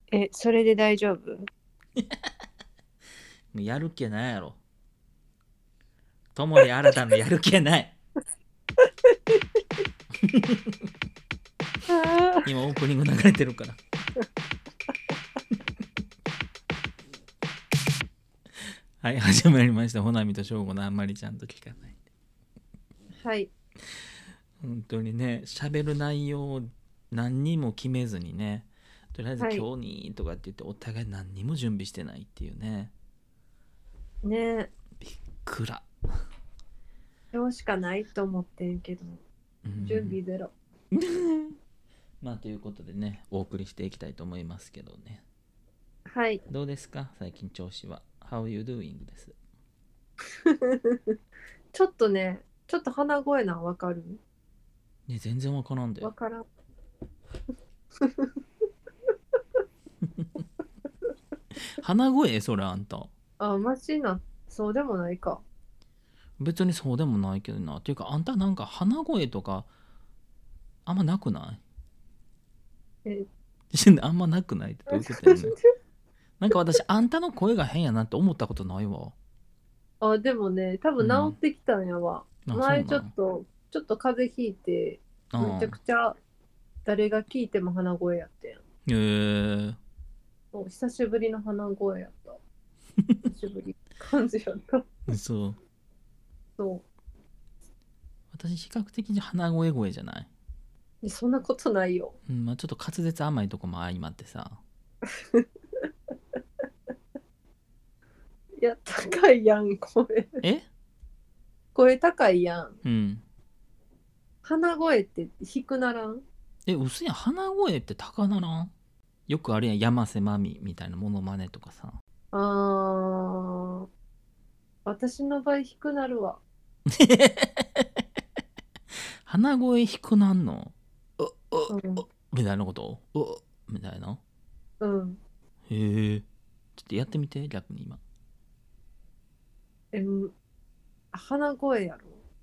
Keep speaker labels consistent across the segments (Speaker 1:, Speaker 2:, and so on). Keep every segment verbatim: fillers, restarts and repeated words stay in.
Speaker 1: え、それで大丈夫？
Speaker 2: もうやる気ないやろ。ともり新たのやる気ない
Speaker 1: あ
Speaker 2: 今オープニング流れてるからはい、始まりました。ほなみとしょうごのあんまりちゃんと聞かない。
Speaker 1: はい。
Speaker 2: 本当にね、喋る内容を何にも決めずにね、とりあえず
Speaker 1: はい。
Speaker 2: 今日にとかって言ってお互い何にも準備してないっていうね。
Speaker 1: ねえ、
Speaker 2: びっくら。
Speaker 1: 今日しかないと思ってんけど、準備ゼロ。
Speaker 2: まあということでね、お送りしていきたいと思いますけどね。
Speaker 1: はい。
Speaker 2: どうですか最近調子は。How you doing です。
Speaker 1: ちょっとね、ちょっと鼻声なんわかる？
Speaker 2: ね、全然わからんで。
Speaker 1: わからん。
Speaker 2: 鼻声それあんた。
Speaker 1: あ、マジな、そうでもないか。
Speaker 2: 別にそうでもないけどな。っていうかあんたなんか鼻声とかあんまなくない？
Speaker 1: え、
Speaker 2: あんまなくないってどういうことやねん。なんか私あんたの声が変やなって思ったことないわ。
Speaker 1: あ、でもね、多分治
Speaker 2: うん。
Speaker 1: ってきたんやわ。
Speaker 2: あ、そう
Speaker 1: 前ちょっ
Speaker 2: なん
Speaker 1: と、ちょっと風邪ひいて、めちゃ
Speaker 2: ああ。
Speaker 1: くちゃ誰が聞いても鼻声やってん。
Speaker 2: へえ。
Speaker 1: もう久しぶりの鼻声やった。久しぶり感じやった。
Speaker 2: そう。
Speaker 1: そ
Speaker 2: 私比較的に鼻声声じゃない？
Speaker 1: う。そんなことないよ。
Speaker 2: うん、まあちょっと滑舌甘いとこも相まってさ。
Speaker 1: いや、高いやん、声。
Speaker 2: え
Speaker 1: 声高いやん。
Speaker 2: うん。
Speaker 1: 鼻声って低くならん？
Speaker 2: え、嘘やん。鼻声って高ならん？よくあるやん。山瀬まみみたいなモノマネとかさ。
Speaker 1: あー、私の場合低くなるわ。
Speaker 2: 鼻声低なんの？う、う、
Speaker 1: うん。
Speaker 2: うみたいなこと？うみたいな。
Speaker 1: うん。
Speaker 2: へえ。ちょっとやってみて、逆に今。
Speaker 1: え、鼻声やろ。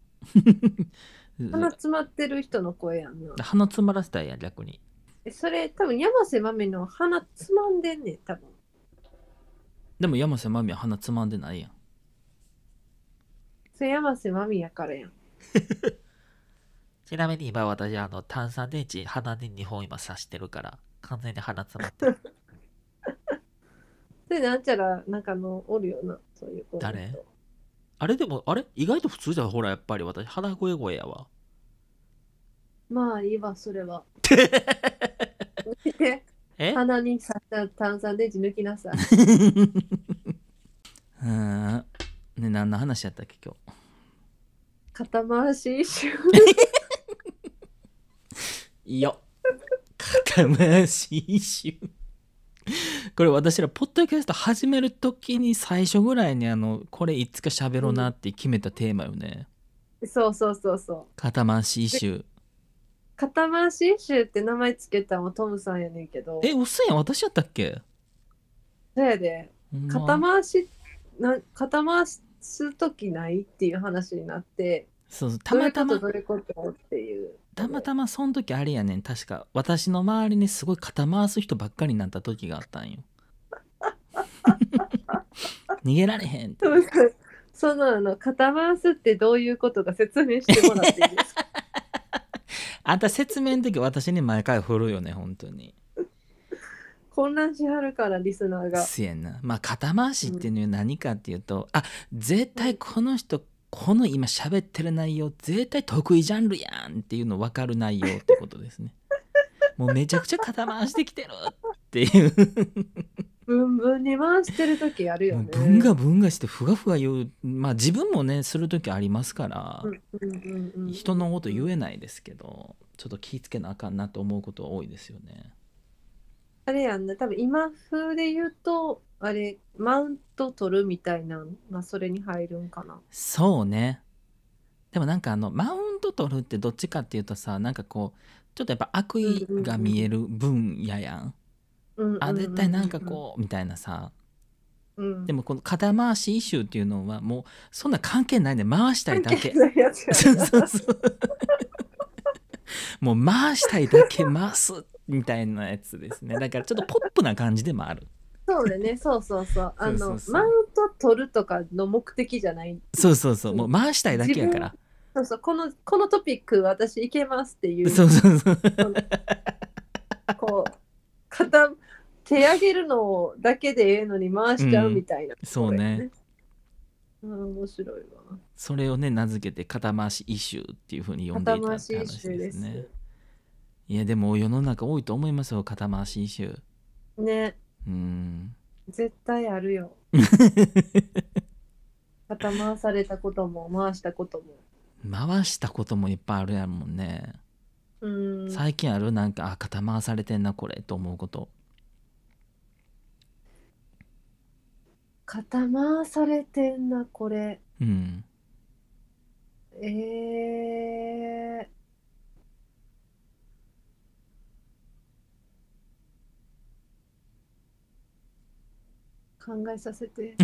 Speaker 1: 鼻詰まってる人の声やんな。
Speaker 2: 鼻詰まらせたいやん、逆に。
Speaker 1: え、それ多分山瀬まみの鼻つまんでんねん、多分。
Speaker 2: でも山瀬まみは鼻つまんでないやん。
Speaker 1: それ山瀬まみやからやん。
Speaker 2: ちなみに今私、あの、炭酸電池鼻ににほん今刺してるから、完全に鼻詰まってる。
Speaker 1: それなんちゃら、なんかの、おるよな、そういう子の
Speaker 2: 誰？
Speaker 1: 人。
Speaker 2: あれでも、あれ意外と普通じゃん。ほら、やっぱり私、鼻声声やわ。
Speaker 1: まあいいわ、それは。見て、
Speaker 2: え
Speaker 1: 鼻に刺した炭酸電池抜きなさい。
Speaker 2: うーん。ね、何の話やったっけ、今日。
Speaker 1: 肩回し一周。
Speaker 2: いいよ。肩回し一周。これ私ら、ポッドキャスト始めるときに最初ぐらいに、あの、これいつか喋ろうなって決めたテーマよね。
Speaker 1: そうそうそうそう。
Speaker 2: 肩回し一
Speaker 1: で、
Speaker 2: 周。
Speaker 1: 肩回し一周って名前つけたのもトムさんやねんけ
Speaker 2: え、
Speaker 1: ど、
Speaker 2: 嘘やん。私やったっけ？
Speaker 1: そやで、
Speaker 2: ほん
Speaker 1: 肩
Speaker 2: ま？
Speaker 1: 回し、な、肩回すときないっていう話になって、
Speaker 2: そうそう、た
Speaker 1: どういうこと
Speaker 2: またま、
Speaker 1: どういうことっていう
Speaker 2: たま
Speaker 1: ので。
Speaker 2: たまその時あれやねん。確か、私の周りにすごい肩回す人ばっかりになった時があったんよ。逃げられへんっていう。
Speaker 1: トムさん、そのあの、肩回すってどういうことか説明してもらっていいですか？
Speaker 2: あんた説明の時私に毎回振るよね、本当に。
Speaker 1: 混乱しはるから、リスナーが。
Speaker 2: せやな。まあ、肩回しって
Speaker 1: うん。
Speaker 2: いうのは何かっていうと、あ、絶対この人、この今喋ってる内容、絶対得意ジャンルやんっていうの分かる内容ってことですね。もうめちゃくちゃ肩回してきてるっていう。
Speaker 1: ブンブンに回してるときあるよ
Speaker 2: もうブン
Speaker 1: ね。
Speaker 2: ガブンガしてふがふが言う。まあ自分もね、する時ありますから、
Speaker 1: うんうんうんうん
Speaker 2: 人のこと
Speaker 1: うん。
Speaker 2: 言えないですけど、ちょっと気ぃつけなあかんなと思うことは多いですよね。
Speaker 1: あれやんな、多分今風で言うと、あれ、マウント取るみたいな、まあそれに入るんかな。
Speaker 2: そうね。でもなんかあのマウント取るってどっちかっていうとさ、なんかこうちょっとやっぱ悪
Speaker 1: うん
Speaker 2: 意が見える分野やん。
Speaker 1: うん
Speaker 2: あ、絶
Speaker 1: うんうん
Speaker 2: 対なんか
Speaker 1: うん
Speaker 2: こうみたいなさ。
Speaker 1: うんうん。
Speaker 2: でもこの肩回しイシューっていうのはもうそんな関係ないね。回したい
Speaker 1: 関
Speaker 2: だけ。
Speaker 1: 係ないやつや
Speaker 2: そう
Speaker 1: んな。
Speaker 2: そうそう。もう回したいだけ回すっみたいなやつですね。だからちょっとポップな感じでもある。
Speaker 1: そうだね、そうそうそう。あの、
Speaker 2: そうそうそう
Speaker 1: マウント取るとかの目的じゃないっていう。
Speaker 2: そうそうそう、もう回したいだけやから。
Speaker 1: そうそう、この、このトピック私いけますっていう、
Speaker 2: そうそうそう。
Speaker 1: こう、肩、手上げるのだけでええのに回しちゃうみたいな、
Speaker 2: そうね。
Speaker 1: うん、面白いわ。
Speaker 2: それをね、名付けて肩回しイシューっていう風に呼んでいたって話ですね。いや、でも世の中多いと思いますよ、肩回しイシュ
Speaker 1: ー。ね。
Speaker 2: うん。
Speaker 1: 絶対あるよ。肩回されたことも回したことも。
Speaker 2: 回したこともいっぱいあるやもんね。
Speaker 1: うん。
Speaker 2: 最近あるなんか、あ、肩回されてんな、これ、と思うこと。
Speaker 1: 肩回されてんな、これ。
Speaker 2: うん。
Speaker 1: えー。考えさせて。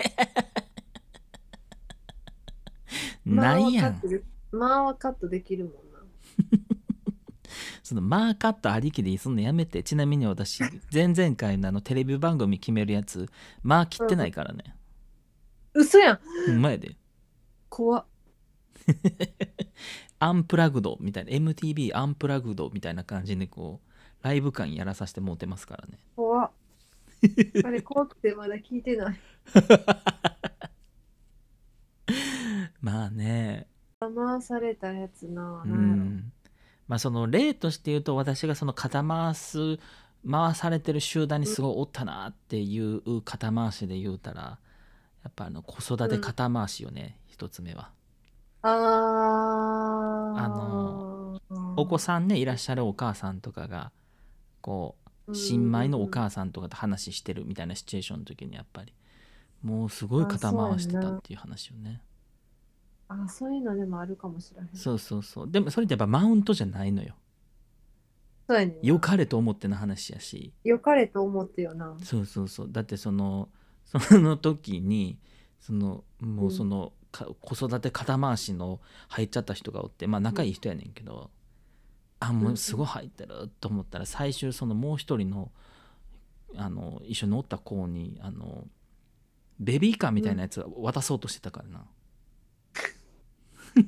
Speaker 1: まあ
Speaker 2: ないやん。
Speaker 1: はカットで、まあはカットできるもんな。
Speaker 2: そのマーカットありきでそんのやめて。ちなみに私、前々回のあのテレビ番組決めるやつ、マー切ってないからね。
Speaker 1: 嘘やん。
Speaker 2: ほんまやで。
Speaker 1: 怖っ。
Speaker 2: アンプラグドみたいな、エムティービー アンプラグドみたいな感じでこう、ライブ感やらさせてもうてますからね。
Speaker 1: 怖っ。あれ怖くてまだ聞いてない。
Speaker 2: まあね。
Speaker 1: 回されたやつな。
Speaker 2: う
Speaker 1: なんやろ。
Speaker 2: ん。まあその例として言うと、私がその肩回す、回されてる集団にすごいおったなっていう肩回しで言うたら、やっぱあの子育て肩回しよね、うん、一つ目は。
Speaker 1: あ
Speaker 2: あの
Speaker 1: ー。
Speaker 2: お子さんねいらっしゃるお母さんとかがこう新米のお母さんとかと話してるみたいなシチュエーションの時にやっぱりもうすごい肩回してたっていう話をね。
Speaker 1: あ、そういうのでもあるかもしれない。
Speaker 2: そうそうそう。でもそれってやっぱマウントじゃないのよ。
Speaker 1: そうやねんな。
Speaker 2: 良かれと思っての話やし。
Speaker 1: 良かれと思ってよな。
Speaker 2: そうそうそう。だってそのその時にそのもうその、うん、子育て肩回しの入っちゃった人がおって、まあ仲いい人やねんけど、うん、あもうすごい入ってると思ったら、最終そのもう一人のあの一緒におった子にあのベビーカーみたいなやつ渡そうとしてたからな、うん、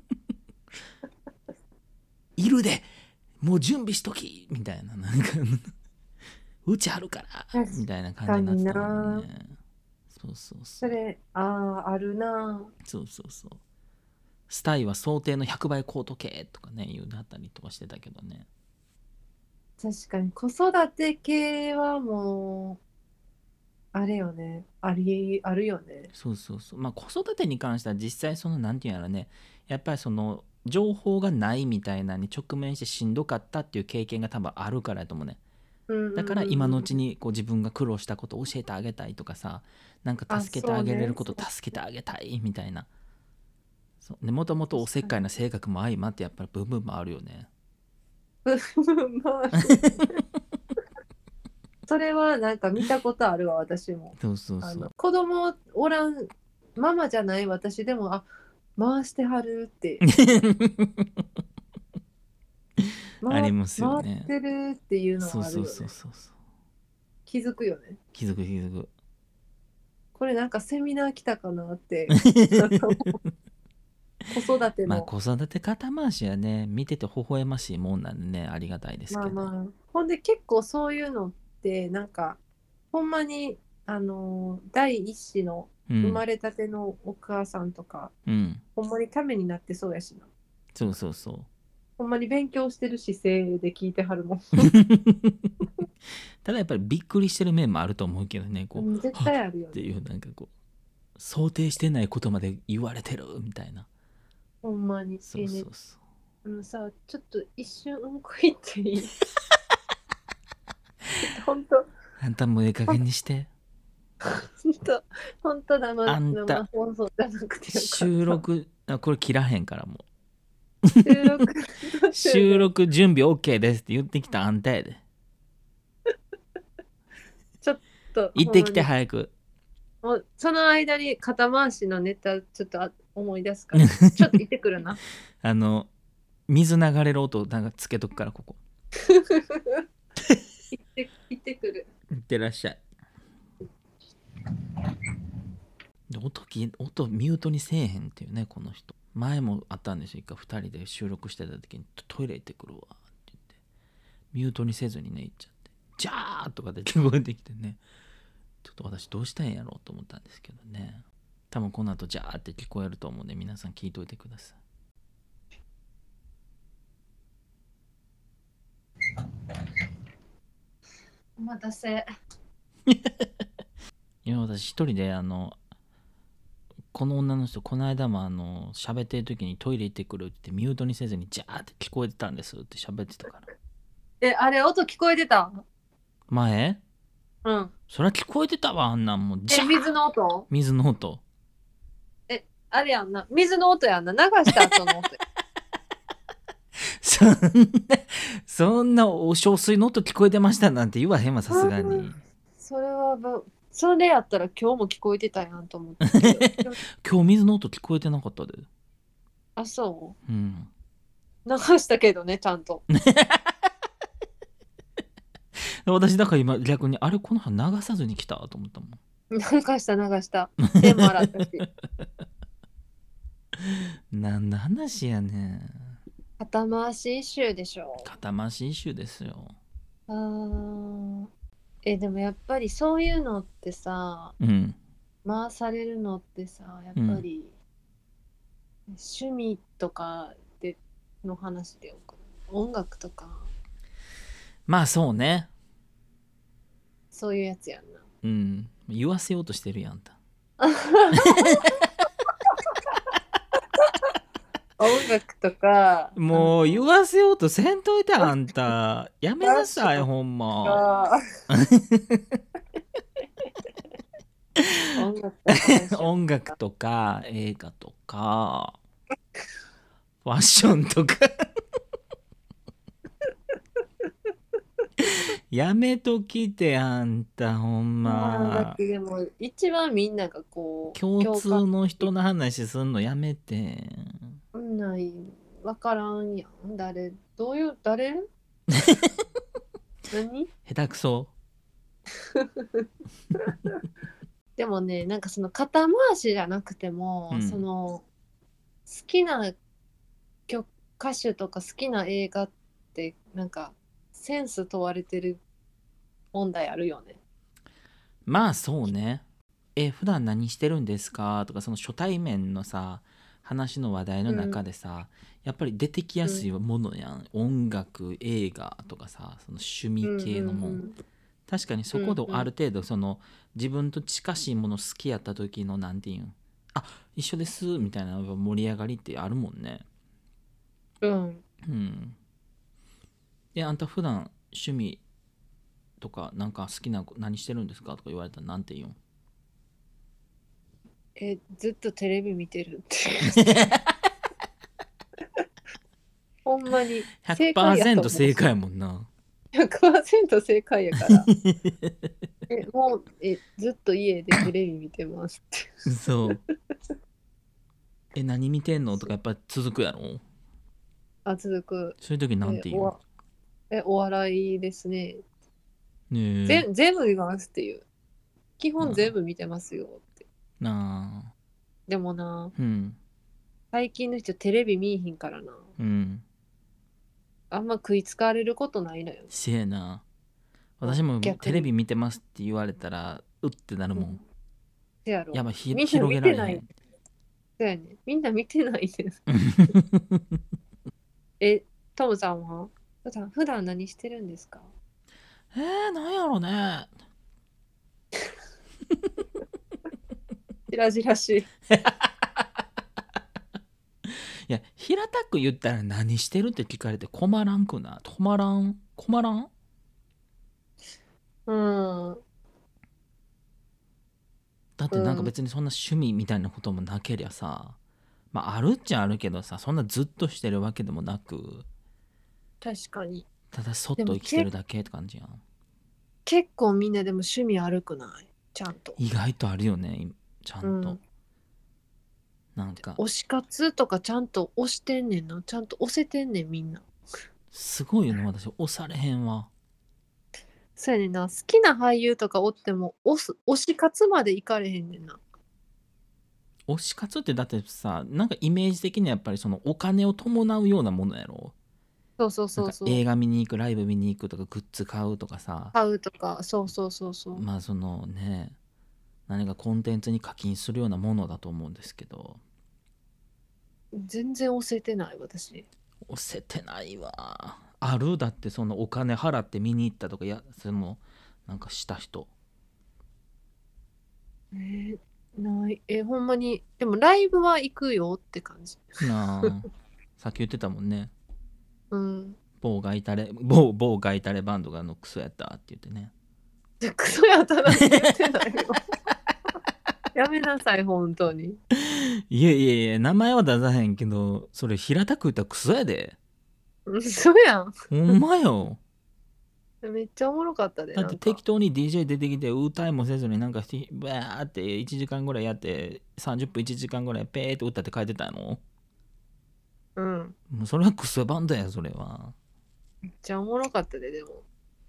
Speaker 2: いるでもう準備しときみたいな、なんかうちあるからみたいな感じになってたもんね。そうそうそう。
Speaker 1: それあああるな。
Speaker 2: そうそうそう。スタイは想定のひゃくばい買うとけとかね言うなったりとかしてたけどね。
Speaker 1: 確かに子育て系はもうあれよね、ありあるよね。
Speaker 2: そうそうそう。まあ子育てに関しては実際そのなんていうんやらね、やっぱりその情報がないみたいなに直面してしんどかったっていう経験が多分あるからやと思うね。だから今のうちにこう自分が苦労したことを教えてあげたいとかさ、なんか助けてあげれること助けてあげたいみたいな。そうね、もともとおせっかいな性格も相まってやっぱり部分もあるよね。
Speaker 1: それはなんか見たことあるわ、私も。
Speaker 2: そうそうそう。
Speaker 1: あの子供おらんママじゃない私でも、あ、回してはるって
Speaker 2: ありますよね。
Speaker 1: 回ってるっていうのはあるよね。
Speaker 2: そうそうそうそう。
Speaker 1: 気づくよね。
Speaker 2: 気づく気づく。
Speaker 1: これなんかセミナー来たかなって子育ての。
Speaker 2: まあ子育て肩回しはね、見てて微笑ましいもんなんでね、ありがたいですけど。
Speaker 1: まあまあ。ほんで結構そういうのってなんかほんまにあの第一子の生まれたてのお母さんとか、
Speaker 2: うん、
Speaker 1: ほんまにためになってそうやしな。
Speaker 2: そうそうそう。
Speaker 1: ほんまに勉強してる姿勢で聞いてはるもん。
Speaker 2: ただやっぱりびっくりしてる面もあると思うけどね、こう、
Speaker 1: うん、絶対あるよね。
Speaker 2: っていうなんかこう想定してないことまで言われてるみたいな。
Speaker 1: ほんまに。
Speaker 2: そうそうそう。
Speaker 1: あのさ、ちょっと一瞬うんこ行っていい？ほんと。
Speaker 2: あんたもええ加減にして。
Speaker 1: ほんと、ほんと生
Speaker 2: あんた
Speaker 1: 生放送じゃなくてよかった。
Speaker 2: 収録、あ、これ切らへんからも
Speaker 1: う。収録
Speaker 2: 収録準備 OK ですって言ってきたあんたやで。
Speaker 1: ちょっと
Speaker 2: 行ってきて早く。
Speaker 1: もうその間に肩回しのネタちょっと思い出すからちょっと行ってくるな。
Speaker 2: あの水流れる音なんかつけとくからここ。
Speaker 1: 行って行ってくる。
Speaker 2: いってらっしゃい。で音き音ミュートにせえへんっていうね、この人。前もあったんですよ。一回ふたりで収録してた時にトイレ行ってくるわって言ってミュートにせずにね行っちゃって、ジャーとかで聞こえてきてね、ちょっと私どうしたんやろうと思ったんですけどね。多分この後ジャーって聞こえると思うんで、皆さん聞いといてください。
Speaker 1: お待たせ。
Speaker 2: 今私一人であのこの女の人この間もあの喋ってる時にトイレ行ってくるってミュートにせずにジャーって聞こえてたんですって喋ってたから。
Speaker 1: え、あれ音聞こえてた？
Speaker 2: 前
Speaker 1: うん。
Speaker 2: そりゃ聞こえてたわ、あんなんもうジャ
Speaker 1: え、
Speaker 2: ー
Speaker 1: 水の音？
Speaker 2: 水の音。
Speaker 1: え、あれやんな。水の音やんな。流した後の音。
Speaker 2: そんなそんなお小水の音聞こえてましたなんて言わへんわ、さすがに。
Speaker 1: それはば、それやったら今日も聞こえてたやんと思ったけど。
Speaker 2: 今日水の音聞こえてなかったで。
Speaker 1: あ、そ
Speaker 2: うん
Speaker 1: う。流したけどね、ちゃんと。
Speaker 2: 私だから今逆にあれこの葉流さずに来たと思ったもん。
Speaker 1: 流した流した。手も洗ったし。
Speaker 2: なんだ話やねん。
Speaker 1: 肩回し一周でしょ。
Speaker 2: 肩回し一周ですよ。
Speaker 1: あーえ、でもやっぱりそういうのってさ、
Speaker 2: うん
Speaker 1: 回されるのってさ、やっ
Speaker 2: うん
Speaker 1: ぱり趣味とかでの話でよく音楽とか
Speaker 2: まあそうね。
Speaker 1: そういうやつやんな。
Speaker 2: うん言わせようとしてるやんた。
Speaker 1: 音楽とか
Speaker 2: もう言わせようとせんといてあんた。やめなさいほんま。
Speaker 1: あ音楽とか
Speaker 2: 音楽とか映画とかファッションとかやめときてあんたほん
Speaker 1: まあだっ
Speaker 2: ま。
Speaker 1: てでも一番みんながこう
Speaker 2: 共通
Speaker 1: 感
Speaker 2: の人の話すんのやめて。
Speaker 1: ないわからんやん。誰どういう誰何
Speaker 2: 下手くそ。
Speaker 1: でもね、なんかその肩回しじゃなくても、
Speaker 2: うん
Speaker 1: その好きな曲歌手とか好きな映画ってなんかセンス問われてる問題あるよね。
Speaker 2: まあそうね。え普段何してるんですかとか、その初対面のさ話の話題の中でさ、やっぱり出てきやすいものやん、音楽映画とかさ、その趣味系のもん、
Speaker 1: うんうん
Speaker 2: 確かにそこである程度その自分と近しいもの好きやった時のなんていうん、あ一緒ですみたいな盛り上がりってあるもんね。
Speaker 1: うんうん
Speaker 2: うんであんた普段趣味とかなんか好きな何してるんですかとか言われたらなんて言うん？
Speaker 1: えずっとテレビ見てるってほんまに正解やと思う。
Speaker 2: ひゃくパーセント正解やもんな。
Speaker 1: ひゃくパーセント正解やからえもうえずっと家でテレビ見てますって
Speaker 2: そうえ何見てんのとかやっぱ続くやろ。
Speaker 1: あ続く。
Speaker 2: そういう時なんて言う？
Speaker 1: えおわえお笑いですね。
Speaker 2: ねえ
Speaker 1: ぜ全部見ますっていう。基本
Speaker 2: な
Speaker 1: 全部見てますよって。
Speaker 2: なあ
Speaker 1: でもな、
Speaker 2: うん
Speaker 1: 最近の人テレビ見いひんからな。
Speaker 2: うん
Speaker 1: あんま食いつかれることないのよ。
Speaker 2: せやな。私も
Speaker 1: 逆に
Speaker 2: テレビ見てますって言われたらうってなるもん、
Speaker 1: うん、せやろ。
Speaker 2: やばいひ
Speaker 1: みんな
Speaker 2: 広げ
Speaker 1: 見てない。
Speaker 2: られへん
Speaker 1: そうやね。みんな見てないです。え、トムさんは普段普段何してるんですか？
Speaker 2: えー、なんやろね。
Speaker 1: じらじらしい。
Speaker 2: いや平たく言ったら何してるって聞かれて困らんくな。困らん困らん
Speaker 1: うん。
Speaker 2: だってなんか別にそんな趣味みたいなこともなけりゃさ、まああるっちゃあるけどさ、そんなずっとしてるわけでもなく、
Speaker 1: 確かに。
Speaker 2: ただそっ
Speaker 1: でも
Speaker 2: と生きてるだけって感じやん。
Speaker 1: 結構みんなでも趣味悪くないちゃんと。
Speaker 2: 意外とあるよねちゃんと、
Speaker 1: うん。
Speaker 2: なんか
Speaker 1: 推し活とかちゃんと推してんねんな。ちゃんと推せてんねんみんな。
Speaker 2: すごいよね、私押されへんわ。
Speaker 1: そうやねんな。好きな俳優とかおっても押す推し活までいかれへんねんな。
Speaker 2: 推し活ってだってさ、なんかイメージ的にはやっぱりそのお金を伴うようなものやろ。
Speaker 1: そうそう
Speaker 2: なんか
Speaker 1: そうそう。
Speaker 2: 映画見に行く、ライブ見に行くとか、グッズ買うとかさ、
Speaker 1: 買うとか、そうそうそうそう。
Speaker 2: まあそのね、何かコンテンツに課金するようなものだと思うんですけど、
Speaker 1: 全然押せてない私。
Speaker 2: 押せてないわ。ある？だってそのお金払って見に行ったとか、いや、そのなんかした人。
Speaker 1: えーないえほんまにでもライブは行くよって感じ。
Speaker 2: なあ、さっき言ってたもんね。
Speaker 1: うん。
Speaker 2: 某ガイタレ、某某ガイタレバンドがあのクソやったって言ってね。
Speaker 1: じゃクソやったなんて言ってないよ。やめなさい本当に。
Speaker 2: いやいやいや、名前は出さへんけど、それ平たく言ったらクソやで。
Speaker 1: 嘘やん。
Speaker 2: ほんまよ。
Speaker 1: めっちゃおもろかったで
Speaker 2: だって
Speaker 1: なんか。
Speaker 2: 適当に ディージェー 出てきて歌いもせずになんかひバーっていちじかんぐらいやってさんじゅっぷんいちじかんぐらいペーって歌って書いてたの。
Speaker 1: うん。
Speaker 2: もうそれはクソバンドや、それは。
Speaker 1: めっちゃおもろかったででも。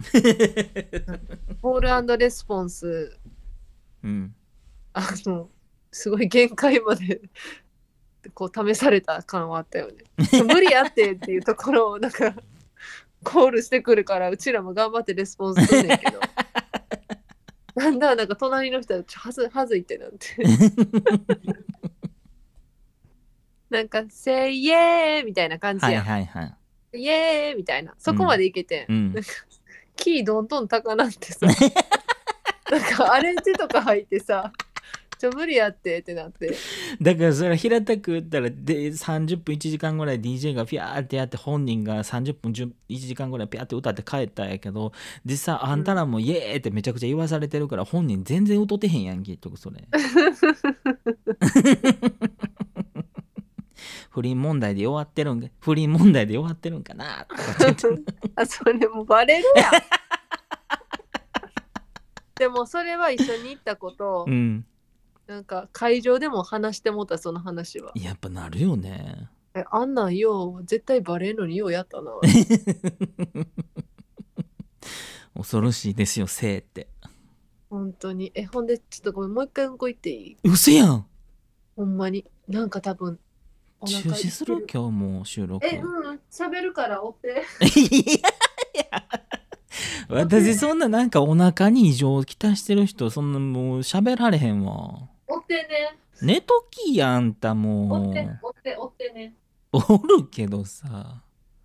Speaker 1: コール&レスポンス
Speaker 2: うん。
Speaker 1: あのすごい限界までこう試された感はあったよね。無理やってっていうところをなんかコールしてくるからうちらも頑張ってレスポンスするんねんけどなんだなんか隣の人はちょはずはずいってなんてなんか「せいえー」みたいな感じ
Speaker 2: はい
Speaker 1: やん。
Speaker 2: はいはい。
Speaker 1: イエーイみたいなそこまでいけてん、
Speaker 2: うん
Speaker 1: なんかキーどんどん高なってさなんかアレンジとか入ってさちょ無理やってってなって。
Speaker 2: だからそれ平たく言ったらでさんじゅっぷんいちじかんぐらい ディージェー がピャーってやって本人がさんじゅっぷんいちじかんぐらいピャーって歌って帰ったんやけど、実際あんたらもイエーってめちゃくちゃ言わされてるから本人全然歌ってへんやん、結局それ。不倫問題で終わってるんか、不倫問題で終わってるんかなとか言って
Speaker 1: あそれもうバレるやんでもそれは一緒に行ったことを、
Speaker 2: うん。
Speaker 1: なんか会場でも話してもったその話は。
Speaker 2: やっぱなるよね。
Speaker 1: えあんなんよう絶対バレんのにようやったな。
Speaker 2: 恐ろしいですよ、性って。
Speaker 1: 本当に。えほんでちょっとごめんもう一回うんこ行っていい？
Speaker 2: 嘘やん。
Speaker 1: ほんまになんか多分お
Speaker 2: 中
Speaker 1: 腹
Speaker 2: 止する今日もう収録。
Speaker 1: えうん喋るから追って
Speaker 2: いや私そんななんかお腹に異常をきたしてる人そんなもう喋られへんわ。
Speaker 1: 追ってね
Speaker 2: 寝ときやんた
Speaker 1: 追
Speaker 2: も
Speaker 1: って追って追ってね
Speaker 2: う。おるけどさ。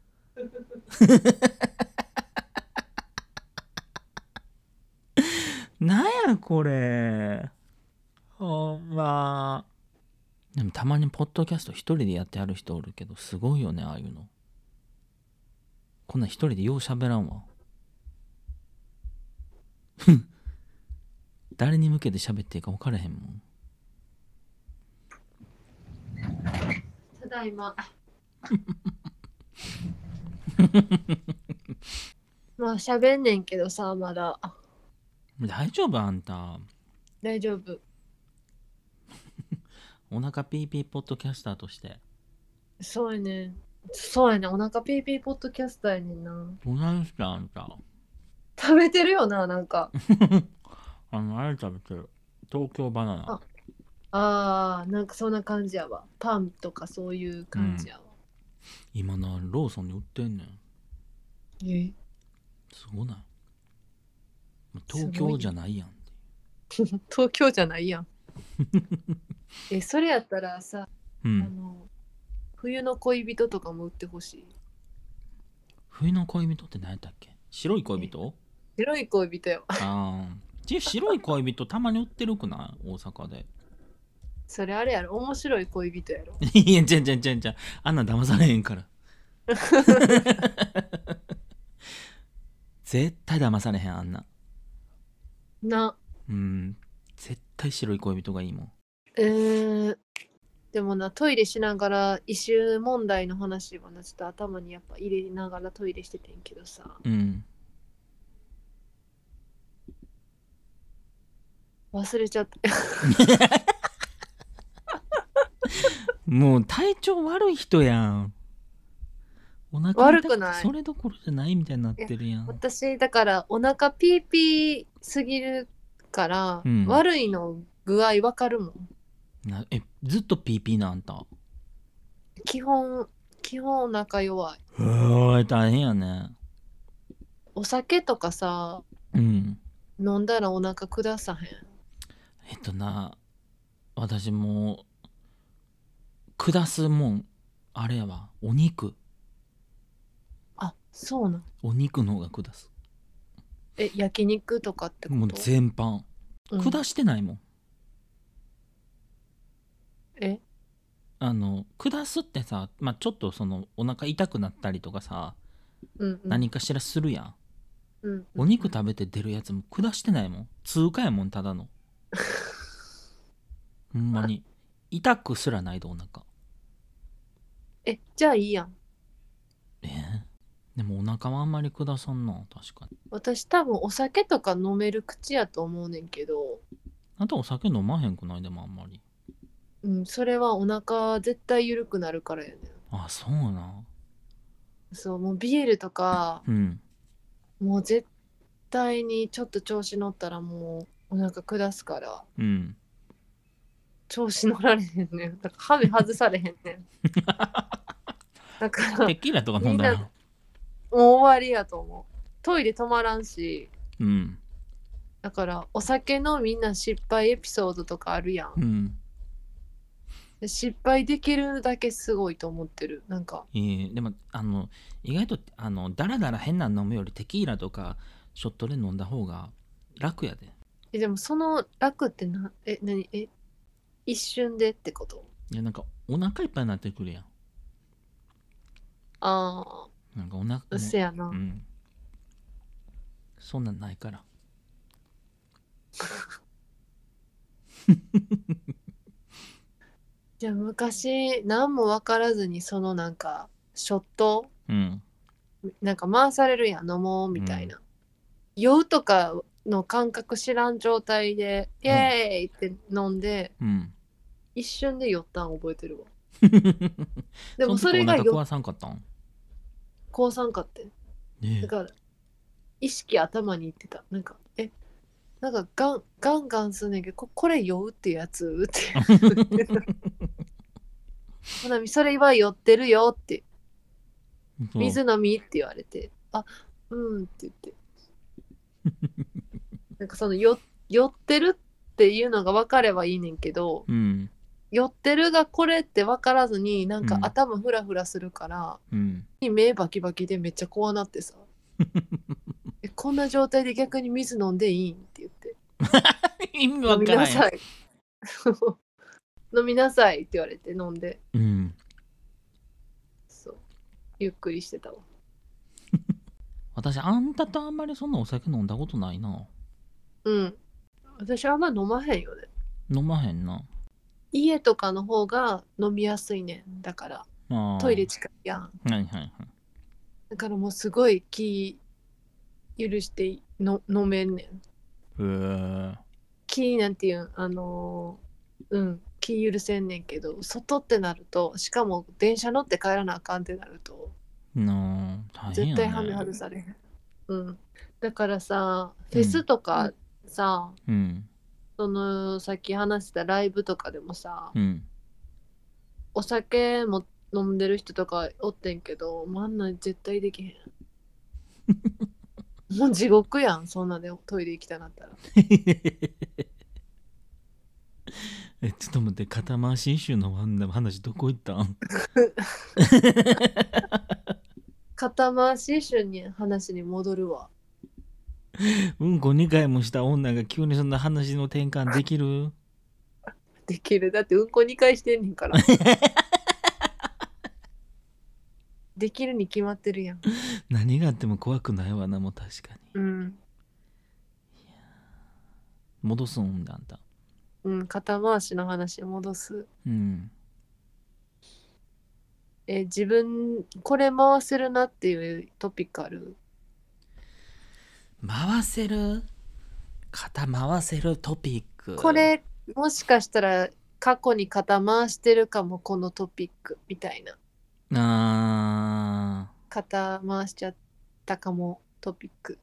Speaker 2: なんやこれ。ほんま。でもたまにポッドキャスト一人でやってある人おるけどすごいよね、ああいうの。こんなん一人でよう喋らんわ。誰に向けて喋っていいか分からへんもん。
Speaker 1: ただいままあ喋んねんけどさまだ
Speaker 2: 大丈夫あんた。
Speaker 1: 大丈夫。
Speaker 2: お腹ピーピーポッドキャスターとして
Speaker 1: そうやねんそうやねんお腹ピーピーポッドキャスターやねんな。
Speaker 2: どないしてあんた。
Speaker 1: 食べてるよななんか
Speaker 2: あのあれ食べてる、東京バナナ。
Speaker 1: あーなんかそんな感じやわパンとかそういう感じやわ、
Speaker 2: 今なローソンに売ってんねん。
Speaker 1: え
Speaker 2: すごない？東京じゃないやんって
Speaker 1: 東京じゃないやんえそれやったらさ、
Speaker 2: う
Speaker 1: あ
Speaker 2: ん。
Speaker 1: の冬の恋人とかも売ってほしい。
Speaker 2: 冬の恋人って何やったっけ？白い恋人？
Speaker 1: 白い恋人よ
Speaker 2: ああ。じゃ白い恋人たまに売ってるくない？大阪で。
Speaker 1: それあれやろ面白い恋人やろ
Speaker 2: いや、じゃんじゃんじゃんじゃん。あんなん騙されへんから。絶対騙されへん、あんな。
Speaker 1: な
Speaker 2: うん。絶対白い恋人がいいもん。
Speaker 1: えー、でもなトイレしながら異臭問題の話はなちょっと頭にやっぱ入れながらトイレしててんけどさ
Speaker 2: うん。
Speaker 1: 忘れちゃった
Speaker 2: もう体調悪い人やん。 お腹
Speaker 1: 悪
Speaker 2: 痛くて
Speaker 1: くない
Speaker 2: それどころじゃないみたいになってるやん。
Speaker 1: 私だからお腹ピーピーすぎるから、
Speaker 2: うん
Speaker 1: 悪いの具合わかるもん。
Speaker 2: なえずっとピーピーなあんた。
Speaker 1: 基本基本お腹弱い。
Speaker 2: うーい大変やね。
Speaker 1: お酒とかさ
Speaker 2: うん
Speaker 1: 飲んだらお腹下さへん。
Speaker 2: えっとな私もう下すもんあれやわお肉
Speaker 1: あ、そうなん。
Speaker 2: お肉の方が下す。
Speaker 1: え、焼肉とかってこと？
Speaker 2: もう全般
Speaker 1: うん
Speaker 2: 下してないもん。
Speaker 1: え、
Speaker 2: あの下すってさ、まあ、ちょっとそのお腹痛くなったりとかさ、
Speaker 1: うんうん、
Speaker 2: 何かしらするやん。
Speaker 1: うんうん、
Speaker 2: お肉食べて出るやつも下してないもん。通過やもんただの。ほんまに痛くすらないでお腹。
Speaker 1: え、じゃあいいやん。
Speaker 2: えーでもお腹はあんまり下さんな確かに。
Speaker 1: 私多分お酒とか飲める口やと思うねんけど、
Speaker 2: あんたお酒飲まへんくないでもあんまり。
Speaker 1: うん、それはお腹絶対緩くなるからやねん。
Speaker 2: あそうな。
Speaker 1: そう、もうビールとか
Speaker 2: うん
Speaker 1: もう絶対にちょっと調子乗ったらもうお腹下すから
Speaker 2: うん
Speaker 1: 調子乗られへんねん。だからハメ外されへんねん。だから
Speaker 2: テキーラとか飲んだら
Speaker 1: みんなもう終わりやと思う。トイレ止まらんし、
Speaker 2: うん
Speaker 1: だからお酒のみんな失敗エピソードとかあるやん。
Speaker 2: うん
Speaker 1: で失敗できるだけすごいと思ってる。なんか
Speaker 2: えー、でもあの意外とあのだらだら変なの飲むよりテキーラとかショットで飲んだ方が楽やで。
Speaker 1: えでもその楽ってなえ何え一瞬でってこと？
Speaker 2: いやなんかお腹いっぱいになってくるやん。
Speaker 1: ああ、
Speaker 2: なんかお腹
Speaker 1: うせやな。
Speaker 2: うんそんなんないから。
Speaker 1: じゃあ昔何も分からずにそのなんかショット
Speaker 2: うん
Speaker 1: なんか回されるやん飲もうみたいな、酔うとかの感覚知らん状態でイエーイって飲んで、
Speaker 2: うん
Speaker 1: 一瞬で酔ったん覚えてるわ。で
Speaker 2: で
Speaker 1: もそれがよ
Speaker 2: お腹壊さんかったん。
Speaker 1: 高さんかって
Speaker 2: ね
Speaker 1: だから意識頭にいってた。なんかえなんかガンガンガンすんねんけど こ, これ酔うってやつってほなみそれは酔ってるよって水飲みって言われてあうんって言ってなんかそのよ酔ってるっていうのが分かればいいねんけど、
Speaker 2: うん
Speaker 1: 酔ってるがこれって分からずになんか
Speaker 2: うん
Speaker 1: 頭フラフラするから、
Speaker 2: うん
Speaker 1: 目バキバキでめっちゃ怖なってさえこんな状態で逆に水飲んでいいんって言って
Speaker 2: 意味
Speaker 1: 飲
Speaker 2: わからんやん。
Speaker 1: みなさい飲みなさいって言われて飲んで
Speaker 2: うん
Speaker 1: そうゆっくりしてたわ。
Speaker 2: 私あんたとあんまりそんなお酒飲んだことないな。
Speaker 1: うん私あんま飲まへんよね。
Speaker 2: 飲まへんな。
Speaker 1: 家とかの方が飲みやすいねんだから
Speaker 2: あ
Speaker 1: トイレ近いやん。
Speaker 2: はいはいはい。
Speaker 1: だからもうすごい気許しての飲めんねん。
Speaker 2: へえ。
Speaker 1: 気なんていうんあのーうん気許せんねんけど外ってなるとしかも電車乗って帰らなあかんってなると
Speaker 2: なあ大変やね。
Speaker 1: 絶対ハメ外されへん。うんだからさ
Speaker 2: うん
Speaker 1: フェスとかさ、
Speaker 2: うん
Speaker 1: そのさっき話したライブとかでもさ、
Speaker 2: うん
Speaker 1: お酒も飲んでる人とかおってんけどもうあんなん絶対できへんもう地獄やんそんなでトイレ行きたなったら
Speaker 2: えちょっと待って肩回しイシューの話どこ行ったん。
Speaker 1: 肩回し一緒に話に戻るわ。
Speaker 2: うんこにかいもした女が急にそんな話の転換できる。
Speaker 1: できるだってうんこにかいしてんねんからできるに決まってるやん。
Speaker 2: 何があっても怖くないわな。もう確かに
Speaker 1: うん
Speaker 2: 戻すんだあんた。
Speaker 1: うん肩回しの話を戻す。
Speaker 2: うん
Speaker 1: え自分これ回せるなっていうトピックある？
Speaker 2: 回せる肩回せるトピック。
Speaker 1: これもしかしたら過去に肩回してるかもこのトピックみたいな。
Speaker 2: あ
Speaker 1: 肩回しちゃったかもトピック。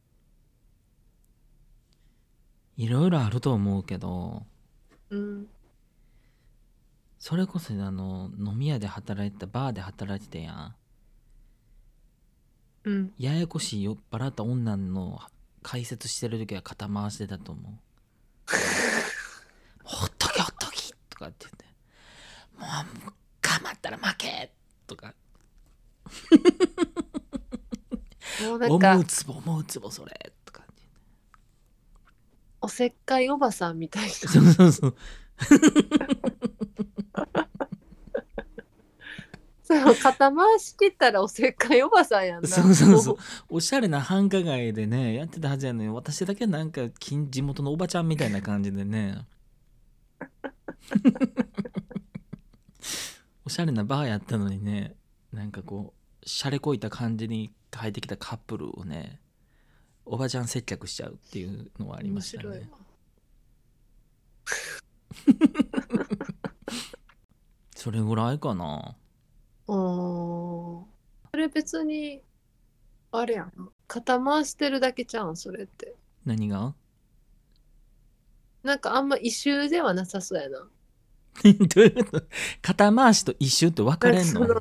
Speaker 2: いろいろあると思うけど、
Speaker 1: うん。
Speaker 2: それこそあの飲み屋で働いてた、バーで働いてたやん。
Speaker 1: うん。
Speaker 2: ややこしい酔っ払った女の解説してる時は肩回してたと思う。ほっときほっときとかって言って、もうかまったら負けとか、
Speaker 1: もうなん
Speaker 2: 思
Speaker 1: か
Speaker 2: うつぼ思うつぼそれとかって
Speaker 1: おせっかいおばさんみたいな。
Speaker 2: そうそうそう
Speaker 1: そう肩回し切ったらおせっかいおばさんやんな。
Speaker 2: そうそうそう
Speaker 1: も
Speaker 2: おしゃれな繁華街でねやってたはずやのに、私だけなんか近地元のおばちゃんみたいな感じでねおしゃれなバーやったのにね、なんかこうしゃれこいた感じに入ってきたカップルをね、おばちゃん接客しちゃうっていうのはあ
Speaker 1: う
Speaker 2: りましたね。
Speaker 1: 面白いわ。
Speaker 2: それぐらいかな。
Speaker 1: おーそれ別にあれやな。肩回してるだけちゃうんそれって。
Speaker 2: 何が
Speaker 1: なんかあんま異臭ではなさそうやな。
Speaker 2: どういうこと？肩回しと一周って分かれんの？
Speaker 1: なんか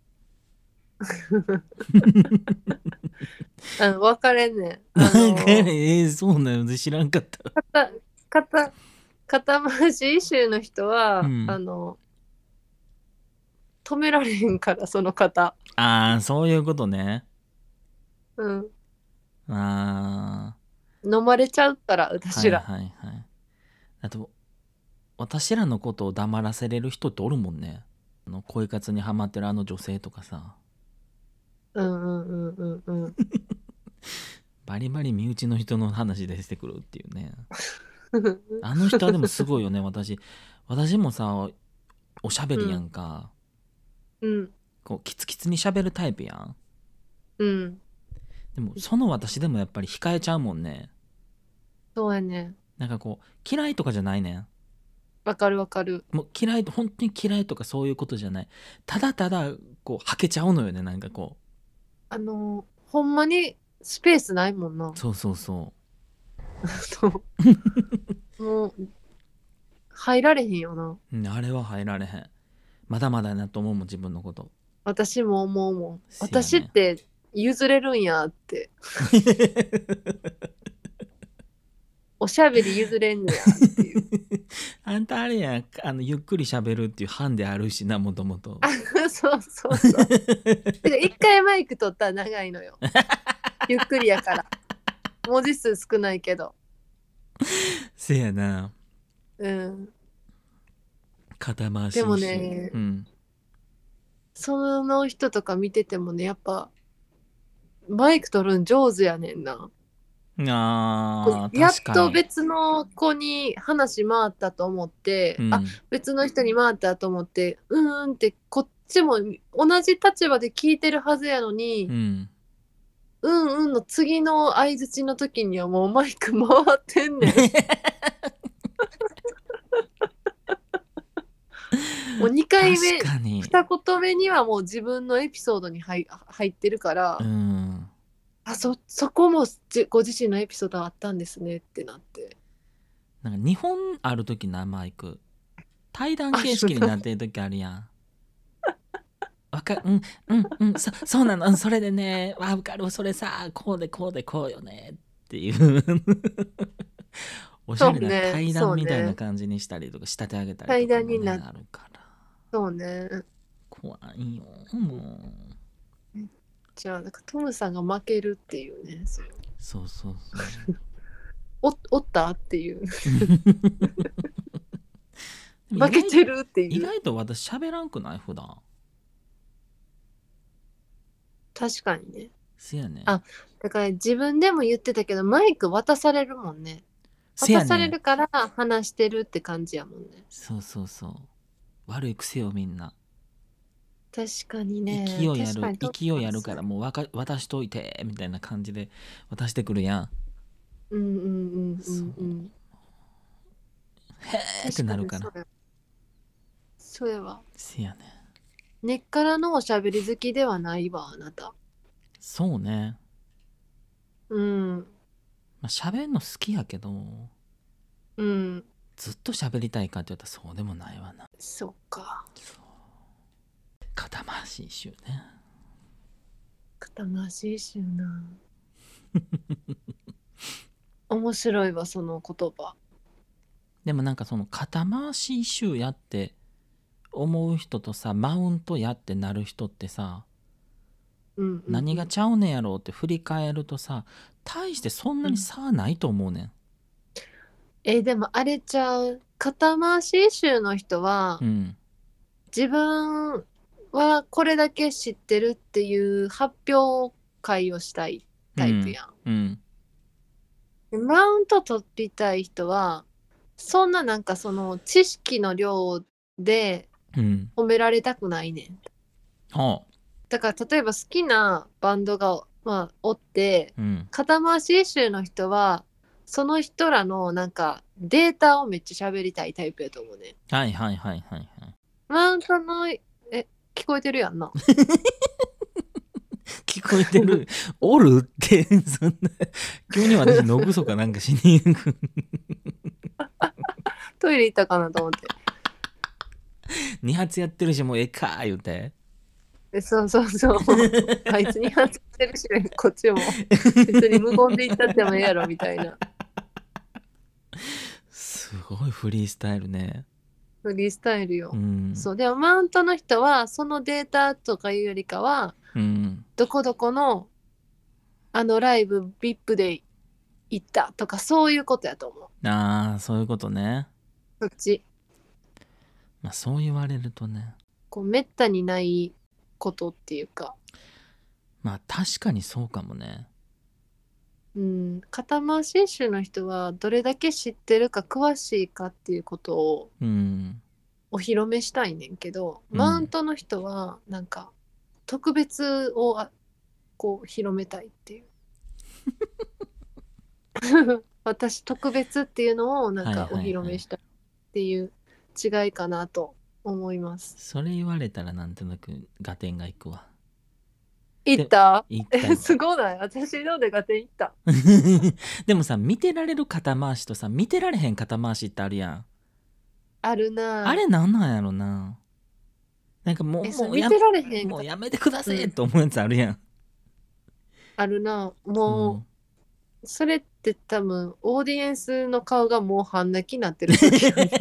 Speaker 1: あの分かれんねん。あの
Speaker 2: 分かれん。えー、そうなの知らんかった。
Speaker 1: 肩肩肩回し異臭の人は、
Speaker 2: うん、
Speaker 1: あの止められへんからその方。
Speaker 2: ああそういうことね。
Speaker 1: うん。
Speaker 2: あ
Speaker 1: 飲まれちゃうから
Speaker 2: あは
Speaker 1: 私ら。
Speaker 2: いはいはい。あと私らのことを黙らせれる人っておるもんね。あの恋活にハマってるあの女性とかさ、
Speaker 1: うんうんうんうんうん。
Speaker 2: バリバリ身内の人の話でしてくるっていうね。あの人はでもすごいよね。私私もさおしゃべりやんか、
Speaker 1: うん。
Speaker 2: こうキツキツにしゃべるタイプやん。
Speaker 1: うん。
Speaker 2: でもその私でもやっぱり控えちゃうもんね。
Speaker 1: そうやね。
Speaker 2: なんかこう嫌いとかじゃないねん。
Speaker 1: わかるわかる。
Speaker 2: もう嫌い、本当に嫌いとかそういうことじゃない。ただただこうはけちゃうのよね、なんかこ
Speaker 1: あのほんまにスペースないもんな。
Speaker 2: う。そうそうそ
Speaker 1: そうもう入られへんよな。
Speaker 2: う、うん、あれは入られへん。まだまだやなと思うもん自分のこと。
Speaker 1: 私も思うもん。
Speaker 2: せやねん。
Speaker 1: 私って譲れるんやって。おしゃべり譲れんのやっていう。
Speaker 2: あんたあれやん、あのゆっくり喋るっていう班であるしな、もともと。
Speaker 1: そうそうそう。だから一回マイク取ったら長いのよ。ゆっくりやから。文字数少ないけど。
Speaker 2: せやな。
Speaker 1: うん。
Speaker 2: 肩回し
Speaker 1: でも
Speaker 2: 一周。
Speaker 1: ね
Speaker 2: うん。
Speaker 1: その人とか見ててもね、やっぱマイク取るん上手やねんな。
Speaker 2: あー、
Speaker 1: やっ
Speaker 2: 確かに。
Speaker 1: と別の子に話回ったと思って、あ、
Speaker 2: うん。
Speaker 1: 別の人に回ったと思って、うーんってこっちも同じ立場で聞いてるはずやのに、
Speaker 2: うん。
Speaker 1: うんうんの次の相づちの時にはもうマイク回ってんねん。もうにかいめ、
Speaker 2: 確かに。
Speaker 1: 二言目にはもう自分のエピソードに入入ってるから、
Speaker 2: うん。
Speaker 1: あ、そ、そこもじご自身のエピソードあったんですねってなって。
Speaker 2: なんかにほんある時な、マイク。対談
Speaker 1: あ、
Speaker 2: 形式になってる時あるやん。わかる、うんうんうん、そそうなの、うん、それでね、わかる、それさ、こうでこうでこうよねっていうおしゃれな
Speaker 1: そうね、
Speaker 2: 対談みたいな
Speaker 1: そうね。
Speaker 2: 感じにしたりとか仕立て上げたりと
Speaker 1: 対
Speaker 2: かもね
Speaker 1: 談になっ
Speaker 2: あるから
Speaker 1: そうね。
Speaker 2: 怖いよも
Speaker 1: じゃあ、なんかトムさんが負けるっていうね、そう
Speaker 2: う。そうそうそう
Speaker 1: お、おったっていう。
Speaker 2: でも意外
Speaker 1: 負けてるって
Speaker 2: 意
Speaker 1: いう。
Speaker 2: 外と私喋らんくない普段。
Speaker 1: 確かにね。
Speaker 2: せやねん。
Speaker 1: あ、だから自分でも言ってたけど、マイク渡されるもんね。渡され
Speaker 2: せやねん。
Speaker 1: るから話してるって感じやもんね。
Speaker 2: そうそうそう。悪い癖よみんな。
Speaker 1: 確かにね。
Speaker 2: 勢いある
Speaker 1: 確かにトム
Speaker 2: 勢いある
Speaker 1: さん
Speaker 2: からもうわか渡しといてみたいな感じで渡してくるやん。
Speaker 1: うんうんうんう
Speaker 2: そう。
Speaker 1: んうん。
Speaker 2: へーって
Speaker 1: 確か
Speaker 2: なるから。
Speaker 1: にそうや。そうやわ。
Speaker 2: せやねん。
Speaker 1: 根っからのおしゃべり好きではないわ、あなた。
Speaker 2: そうね。
Speaker 1: うん
Speaker 2: まあ喋んの好きやけど
Speaker 1: うん
Speaker 2: ずっと喋りたいかって言ったらそうでもないわな。
Speaker 1: そっか。
Speaker 2: 肩回し一周ね。
Speaker 1: 肩回し一周な。面白いわその言葉。
Speaker 2: でもなんかその肩回し一周やって思う人とさ、マウントやってなる人ってさ、
Speaker 1: うんうんうん、
Speaker 2: 何がちゃうねんやろうって振り返るとさ、大してそんなに差はないと思うねん。
Speaker 1: えでもあれちゃう、肩回し一周の人は、
Speaker 2: うん、
Speaker 1: 自分はこれだけ知ってるっていう発表会をしたいタイプやん、
Speaker 2: うん
Speaker 1: でマウント取りたい人はそんななんかその知識の量で
Speaker 2: うん
Speaker 1: 褒められたくないねん。
Speaker 2: はあ
Speaker 1: だから例えば好きなバンドが、まあ、おって
Speaker 2: うん
Speaker 1: 肩回し一周の人はその人らのなんかデータをめっちゃ喋りたいタイプやと思うね。
Speaker 2: はいはいはいはいはい
Speaker 1: マウントのえ聞こえてるやんな。
Speaker 2: 聞こえてるおるってそんな急に私のぐそかなんかしに行く
Speaker 1: トイレ行ったかなと思って。
Speaker 2: 二発やってるしもうええか言うて
Speaker 1: えそうそうそうあいつに話してるしこっちも別に無言で言ったってもええやろみたいな。
Speaker 2: すごいフリースタイルね。
Speaker 1: フリースタイルよ、
Speaker 2: うん、
Speaker 1: そうでもマウントの人はそのデータとかいうよりかは
Speaker 2: うん、
Speaker 1: どこどこのあのライブ ブイアイピー で行ったとかそういうことやと思う。
Speaker 2: ああそういうことね。
Speaker 1: そっち
Speaker 2: まあそう言われるとね、
Speaker 1: こうめったにないことっていうか、
Speaker 2: まあ確かにそうかもね。
Speaker 1: うん、肩回し一周の人はどれだけ知ってるか詳しいかっていうことを
Speaker 2: うん
Speaker 1: お披露目したいねんけど、
Speaker 2: うん
Speaker 1: マウントの人はなんか特別をあこう広めたいっていう私特別っていうのをなんかお披露目したいっていう違いかなと思います。
Speaker 2: それ言われたらなんとなく合点がいくわ。
Speaker 1: いった
Speaker 2: いった
Speaker 1: えすごない私ので合点いった。
Speaker 2: でもさ、見てられる肩回しとさ見てられへん肩回しってあるやん。
Speaker 1: あるな。
Speaker 2: あれなんなんやろな。なんかもう
Speaker 1: えそれ
Speaker 2: もうや
Speaker 1: 見てられへんか
Speaker 2: もうやめてくださいと思うやつあるやん。
Speaker 1: あるな。
Speaker 2: そ
Speaker 1: もうそれって多分オーディエンスの顔がもう半泣きになってる時あるよ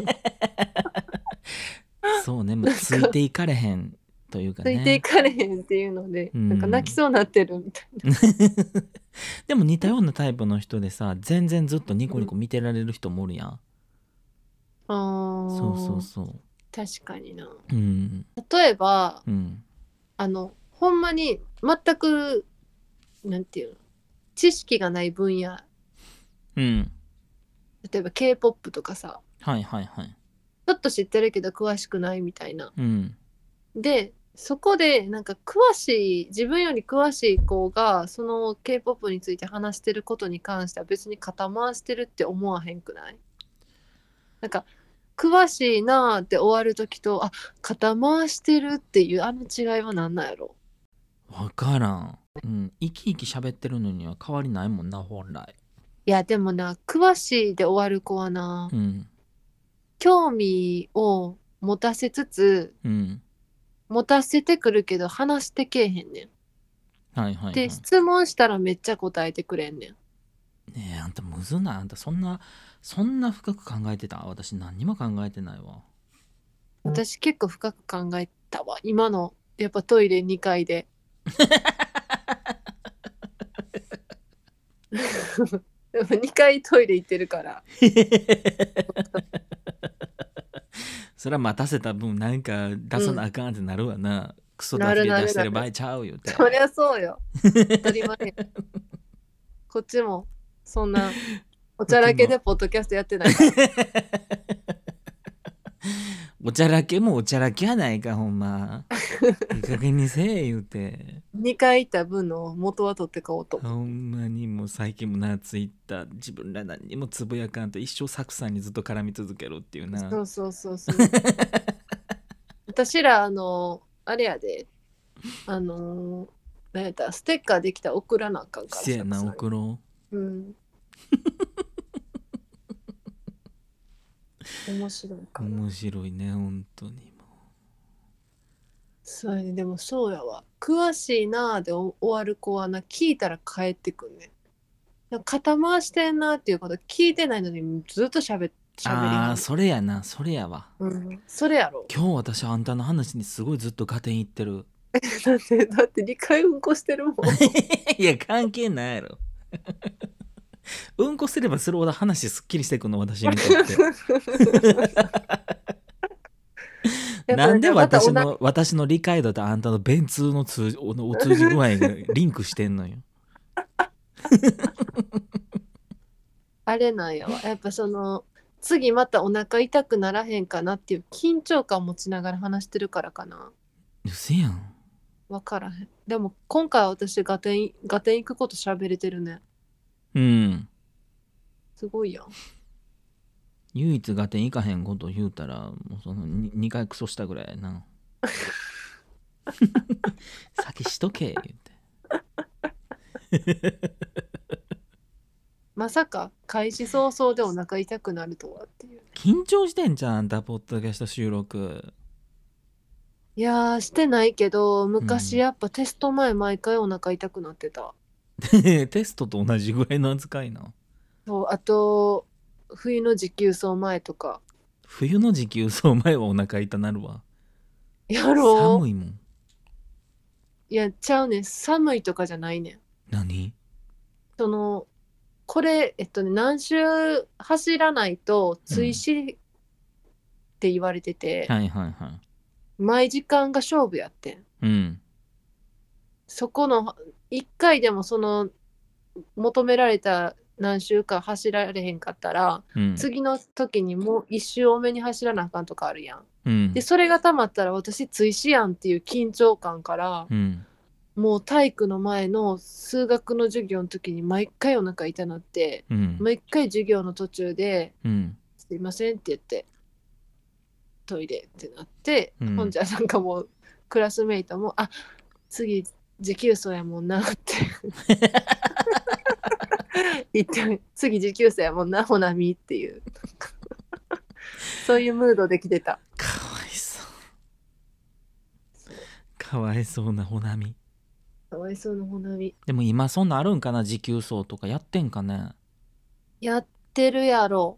Speaker 2: うそうね、もうついていかれへんというか
Speaker 1: ついてい
Speaker 2: ね。
Speaker 1: かれへんっていうので、
Speaker 2: うん
Speaker 1: なんか泣きそうになってるみたいな。
Speaker 2: でも似たようなタイプの人でさ、全然ずっとニコニコ見てられる人もおるやん。
Speaker 1: あー
Speaker 2: そうそうそう。
Speaker 1: 確かにな。
Speaker 2: うん
Speaker 1: 例えば
Speaker 2: うん
Speaker 1: あのほんまに全くなんていうの知識がない分野、
Speaker 2: うん
Speaker 1: 例えば K-ポップ とかさ、
Speaker 2: はいはいはい。
Speaker 1: ちょっと知ってるけど詳しくないみたいな。
Speaker 2: うん
Speaker 1: でそこでなんか詳しい自分より詳しい子がその K-ポップ について話してることに関しては別に肩回してるって思わへんくない？なんか詳しいなーって終わる時とあ肩回してるっていうあの違いは何なんやろ？
Speaker 2: 分からん。うん生き生き喋ってるのには変わりないもんな本来。
Speaker 1: いやでもな詳しいで終わる子はな、
Speaker 2: うん
Speaker 1: 興味を持たせつつ
Speaker 2: うん
Speaker 1: 持たせてくるけど話してけえへんねん。
Speaker 2: はいはいはい。
Speaker 1: で質問したらめっちゃ答えてくれんねん。
Speaker 2: ねえあんたむずない。あんたそんなそんな深く考えてた？私何にも考えてないわ。
Speaker 1: 私結構深く考えたわ今のやっぱトイレにかいででもにかいトイレ行ってるから
Speaker 2: それは待たせた分なんか出さなあかんってなるわな、クソだけ出してる場合ちゃうよって。
Speaker 1: そりゃそうよ当たり前よこっちもそんなおちゃらけでポッドキャストやってないから
Speaker 2: おちゃらけもおちゃらけやないかほんま。いい加減にせえ言うて。
Speaker 1: にかい行った分の元は取ってこうと。
Speaker 2: ほんまにもう最近もなツイッター自分ら何にもつぶやかんと一生サクさんにずっと絡み続けるっていうな。
Speaker 1: そうそうそうそう私らあのあれやであのなんやったらステッカーできたら送らなあかんから
Speaker 2: せやな、
Speaker 1: さ
Speaker 2: 送ろ
Speaker 1: うん面白い
Speaker 2: う。
Speaker 1: から
Speaker 2: 面白いね、本当にも
Speaker 1: それででもそうやわ詳しいなあで終わる子はな聞いたら帰ってくんねん肩回してんなっていうこと聞いてないのにずっとしゃべ
Speaker 2: う。
Speaker 1: しゃべりはる、
Speaker 2: ああ、それやな、それやわ。
Speaker 1: うん、それやろ
Speaker 2: 今日私あんたの話にすごいずっと合点いってる。
Speaker 1: だってだってにかいうんこしてるもん
Speaker 2: いや、関係ないやろ。うんこすればするほど話すっきりしてくんの、私にとって。
Speaker 1: やっぱ
Speaker 2: なんで
Speaker 1: りまたおな
Speaker 2: 私の私の理解度とあんたの便通の通じおお通じ具合がリンクしてんのよ。
Speaker 1: あれなんやわやっぱその次またお腹痛くならへんかなっていう緊張感持ちながら話してるからかな
Speaker 2: うせやん。
Speaker 1: わからへんでも今回は私ガテンガテン行くこと喋れてるね
Speaker 2: うん。
Speaker 1: すごいやん
Speaker 2: 唯一合点いかへんこと言うたら、もうその に, にかいクソしたぐらいやな。先しとけ言って。
Speaker 1: まさか開始早々でお腹痛くなるとはっていう
Speaker 2: 緊張してんじゃん、あんた、ポッドキャスト収録。
Speaker 1: いやーしてないけど
Speaker 2: うん
Speaker 1: 昔やっぱテスト前毎回お腹痛くなってた、
Speaker 2: テストと同じぐらいの扱いな。
Speaker 1: そうあと冬の持久走前とか
Speaker 2: 冬の持久走前はお腹痛なるわ。
Speaker 1: やろう
Speaker 2: 寒いもん。
Speaker 1: いやちゃうねん寒いとかじゃないねん
Speaker 2: 何？
Speaker 1: そのこれえっとね何周走らないと追試って言われてて、
Speaker 2: はいはいはい。
Speaker 1: 毎時間が勝負やってん
Speaker 2: うん。
Speaker 1: そこのいっかいでもその求められた何周か走られへんかったら、
Speaker 2: うん。
Speaker 1: 次の時にもういっ周多めに走らなあかんとかあるやん。
Speaker 2: うん
Speaker 1: でそれがたまったら私追試やんっていう緊張感から、
Speaker 2: うん。
Speaker 1: もう体育の前の数学の授業の時に毎回お腹痛なって、
Speaker 2: うん。
Speaker 1: 毎回授業の途中で
Speaker 2: うん。
Speaker 1: 「すいません」って言ってトイレってなって、
Speaker 2: うん
Speaker 1: ほんじゃなんかもうクラスメイトも「あ次持久走やもんな」って言って次持久走やもんなほなみっていうそういうムードで来てた。
Speaker 2: かわいそうかわいそうなほなみ。
Speaker 1: かわいそうなほなみ
Speaker 2: でも今そんなんあるんかな、持久走とかやってんかね。
Speaker 1: やってるやろ。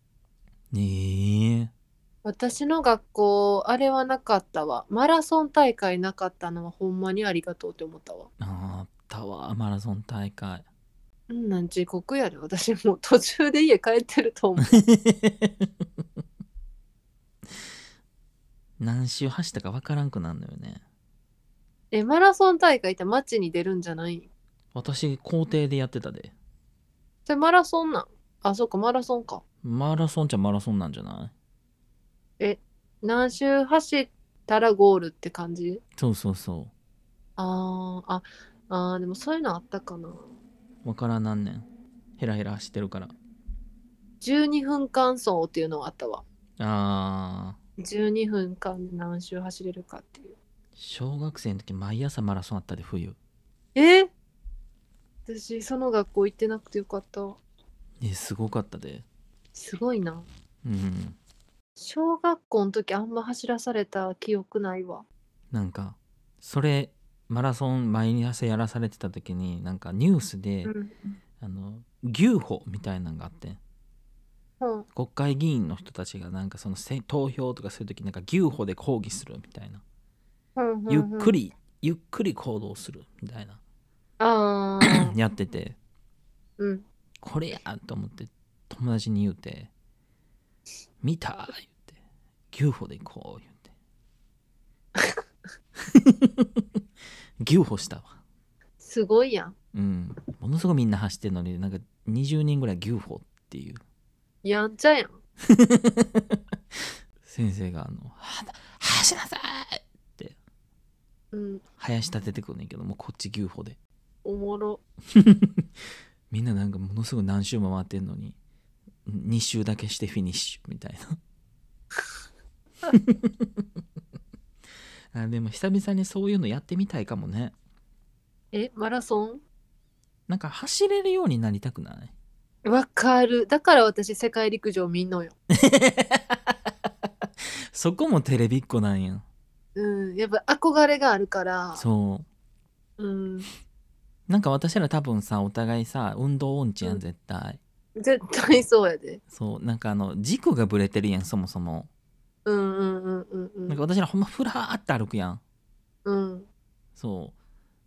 Speaker 2: ねえ。
Speaker 1: 私の学校あれはなかったわ。マラソン大会なかったのはほんまにありがとうって思ったわ。
Speaker 2: あったわ、マラソン大会。
Speaker 1: うんなん地獄やで私もう途中で家帰ってると思う。
Speaker 2: 何周走ったかわからんくなるのよね。
Speaker 1: えマラソン大会って街に出るんじゃない？
Speaker 2: 私校庭でやってたで。
Speaker 1: それマラソンなん？あそっかマラソンか。
Speaker 2: マラソンじゃマラソンなんじゃない？
Speaker 1: え何周走ったらゴールって感じ？
Speaker 2: そうそうそ
Speaker 1: あーああーでもそういうのあったかな。
Speaker 2: う。わからなんねん。ヘラヘラ走ってるから。
Speaker 1: じゅうにふんかん走っていうのはあったわ。
Speaker 2: あー、
Speaker 1: じゅうにふんかんで何周走れるかっていう。
Speaker 2: 小学生の時毎朝マラソンあったで、冬。
Speaker 1: え私その学校行ってなくてよかった。
Speaker 2: え、すごかったで。
Speaker 1: すごいな。
Speaker 2: うん。
Speaker 1: 小学校の時あんま走らされた記憶ないわ。
Speaker 2: なんか、それ、マラソン毎朝やらされてた時に、なんかニュースで、
Speaker 1: うん。
Speaker 2: あの、牛歩みたいなのがあってん。
Speaker 1: うん。
Speaker 2: 国会議員の人たちがなんかそのせ投票とかするときなんか牛歩で抗議するみたいな、
Speaker 1: うん
Speaker 2: ゆっく
Speaker 1: り。
Speaker 2: りゆっくり行動するみたいな
Speaker 1: ああ。
Speaker 2: やってて、
Speaker 1: うん。
Speaker 2: これやと思って友達に言うて、見た言って牛歩で行こう言って牛歩したわ。
Speaker 1: すごいやん。
Speaker 2: うん、ものすごいみんな走ってるのになんかにじゅうにんぐらい牛歩っていう。
Speaker 1: やんちゃやん。
Speaker 2: 先生があのは走らさいって
Speaker 1: うん。
Speaker 2: 林立ててくるねんけども、こっち牛歩で
Speaker 1: おもろ。
Speaker 2: みんななんかものすごい何周も回ってんのにに周だけしてフィニッシュみたいな。あでも久々にそういうのやってみたいかもね。
Speaker 1: え、マラソン？
Speaker 2: なんか走れるようになりたくない？
Speaker 1: わかる。だから私世界陸上見んのよ。
Speaker 2: そこもテレビっ子なんや。
Speaker 1: うん。やっぱ憧れがあるから。
Speaker 2: そ
Speaker 1: うん。
Speaker 2: う。なんか私ら多分さ、お互いさ、運動音痴やん、
Speaker 1: うん。
Speaker 2: 絶対。
Speaker 1: 絶対そうやで。
Speaker 2: そう、なんかあの、軸がぶれてるやん、そもそも。
Speaker 1: うんうんうんうんうん。
Speaker 2: なんか私らほんまふらーって歩くやん。
Speaker 1: うん。
Speaker 2: そう。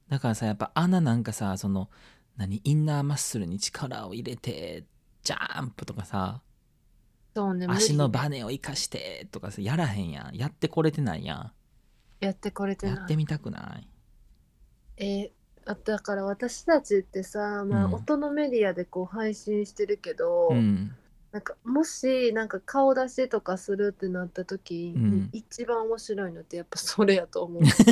Speaker 2: だからさ、やっぱ穴なんかさ、その、何、インナーマッスルに力を入れて、ジャンプとかさ、
Speaker 1: そうね、無
Speaker 2: 足の
Speaker 1: 理ね。
Speaker 2: バネを生かしてとかさ、やらへんやん。やってこれてないやん。
Speaker 1: やってこれてない。
Speaker 2: やってみたくない？
Speaker 1: えーあだから私たちってさ、まあ、
Speaker 2: うん。
Speaker 1: 音のメディアでこう配信してるけど、
Speaker 2: うん。
Speaker 1: なんかもしなんか顔出しとかするってなった時に
Speaker 2: うん。
Speaker 1: 一番面白いのってやっぱそれやと思う。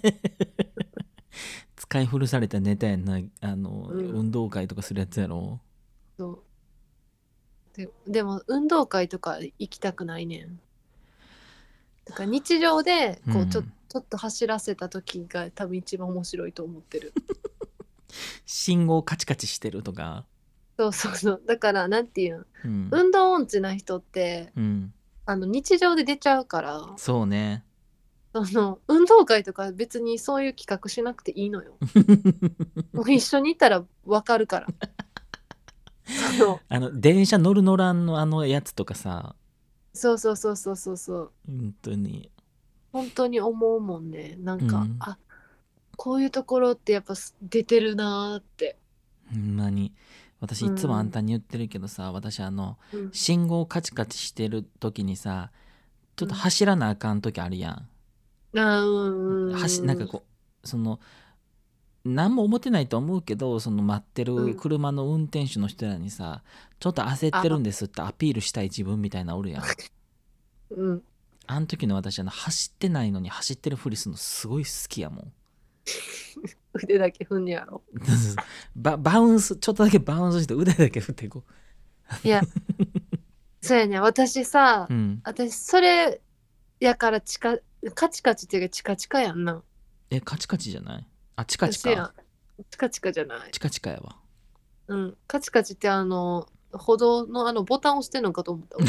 Speaker 2: 使い古されたネタやんな。あの、
Speaker 1: うん、
Speaker 2: 運動会とかするやつやろ。
Speaker 1: そうで、でも運動会とか行きたくないねん。だから日常でこうちょ、ち
Speaker 2: うん。
Speaker 1: ょっと走らせた時が多分一番面白いと思ってる。
Speaker 2: 信号カチカチしてるとか。
Speaker 1: そうそうそう。だからなんていうん、
Speaker 2: うん。
Speaker 1: 運動音痴な人って
Speaker 2: うん。
Speaker 1: あの日常で出ちゃうから、
Speaker 2: そうね。
Speaker 1: その運動会とか別にそういう企画しなくていいのよ。もう一緒にいたらわかるから。その
Speaker 2: あの、電車乗る乗らんのあのやつとかさ、
Speaker 1: そうそうそうそうそうそう。
Speaker 2: 本当に。
Speaker 1: 本当に思うもんね。なんか、
Speaker 2: うん。
Speaker 1: あ、こういうところってやっぱす出てるなーって。
Speaker 2: ほんまに。私
Speaker 1: う
Speaker 2: いつもあん
Speaker 1: ん。
Speaker 2: たに言ってるけどさ、私あの、
Speaker 1: うん。
Speaker 2: 信号カチカチしてる時にさ、ちょっと
Speaker 1: うん。
Speaker 2: 走らなあかん時あるやん。
Speaker 1: あー、うんうんうん。
Speaker 2: はしなんかこう、その、何も思ってないと思うけど、その待ってる
Speaker 1: うん。
Speaker 2: 車の運転手の人らにさ、ちょっと焦ってるん
Speaker 1: あ、
Speaker 2: ですってアピールしたい自分みたいなおるやん。
Speaker 1: うん。
Speaker 2: あの時の私、あの走ってないのに走ってるふりするのすごい好きやもん。
Speaker 1: 腕だけ踏んねやろ。
Speaker 2: ババウンス、ちょっとだけバウンスして腕だけ振っていこ
Speaker 1: いや、そうやね。私さ、
Speaker 2: う。うん。
Speaker 1: 私それやからチカ、カチカチっていうかチカチカやんな。
Speaker 2: え、カチカチじゃない？あ、チカチか。
Speaker 1: 私やん。チカチカじゃない。
Speaker 2: チカチカやわ。
Speaker 1: うん。カチカチってあの、歩道のあのボタン押してんのかと思ったわ。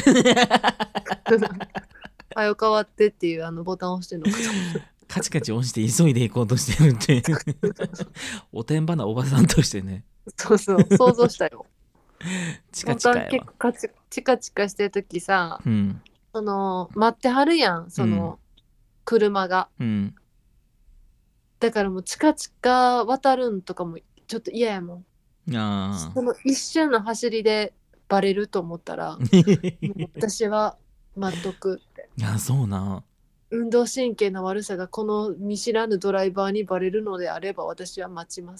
Speaker 1: はよ変わってっていうあのボタン押してんのかと思った。
Speaker 2: カチカチ押して急いで行こうとしてるっておてんばなおばさんとしてね。
Speaker 1: そうそう、想像したよ。
Speaker 2: チカ
Speaker 1: ボタン
Speaker 2: チカやわ。
Speaker 1: 結構カチチカチカしてるときさ、
Speaker 2: うん。
Speaker 1: その、待ってはるやん、
Speaker 2: うん。
Speaker 1: その、車が。
Speaker 2: うん。
Speaker 1: だからもうチカチカ渡るんとかもちょっと嫌やもん。
Speaker 2: ああ。
Speaker 1: その一瞬の走りでバレると思ったら、もう私は待っとくって。
Speaker 2: いや、そうな。
Speaker 1: 運動神経の悪さがこの見知らぬドライバーにバレるのであれば私は待ちます。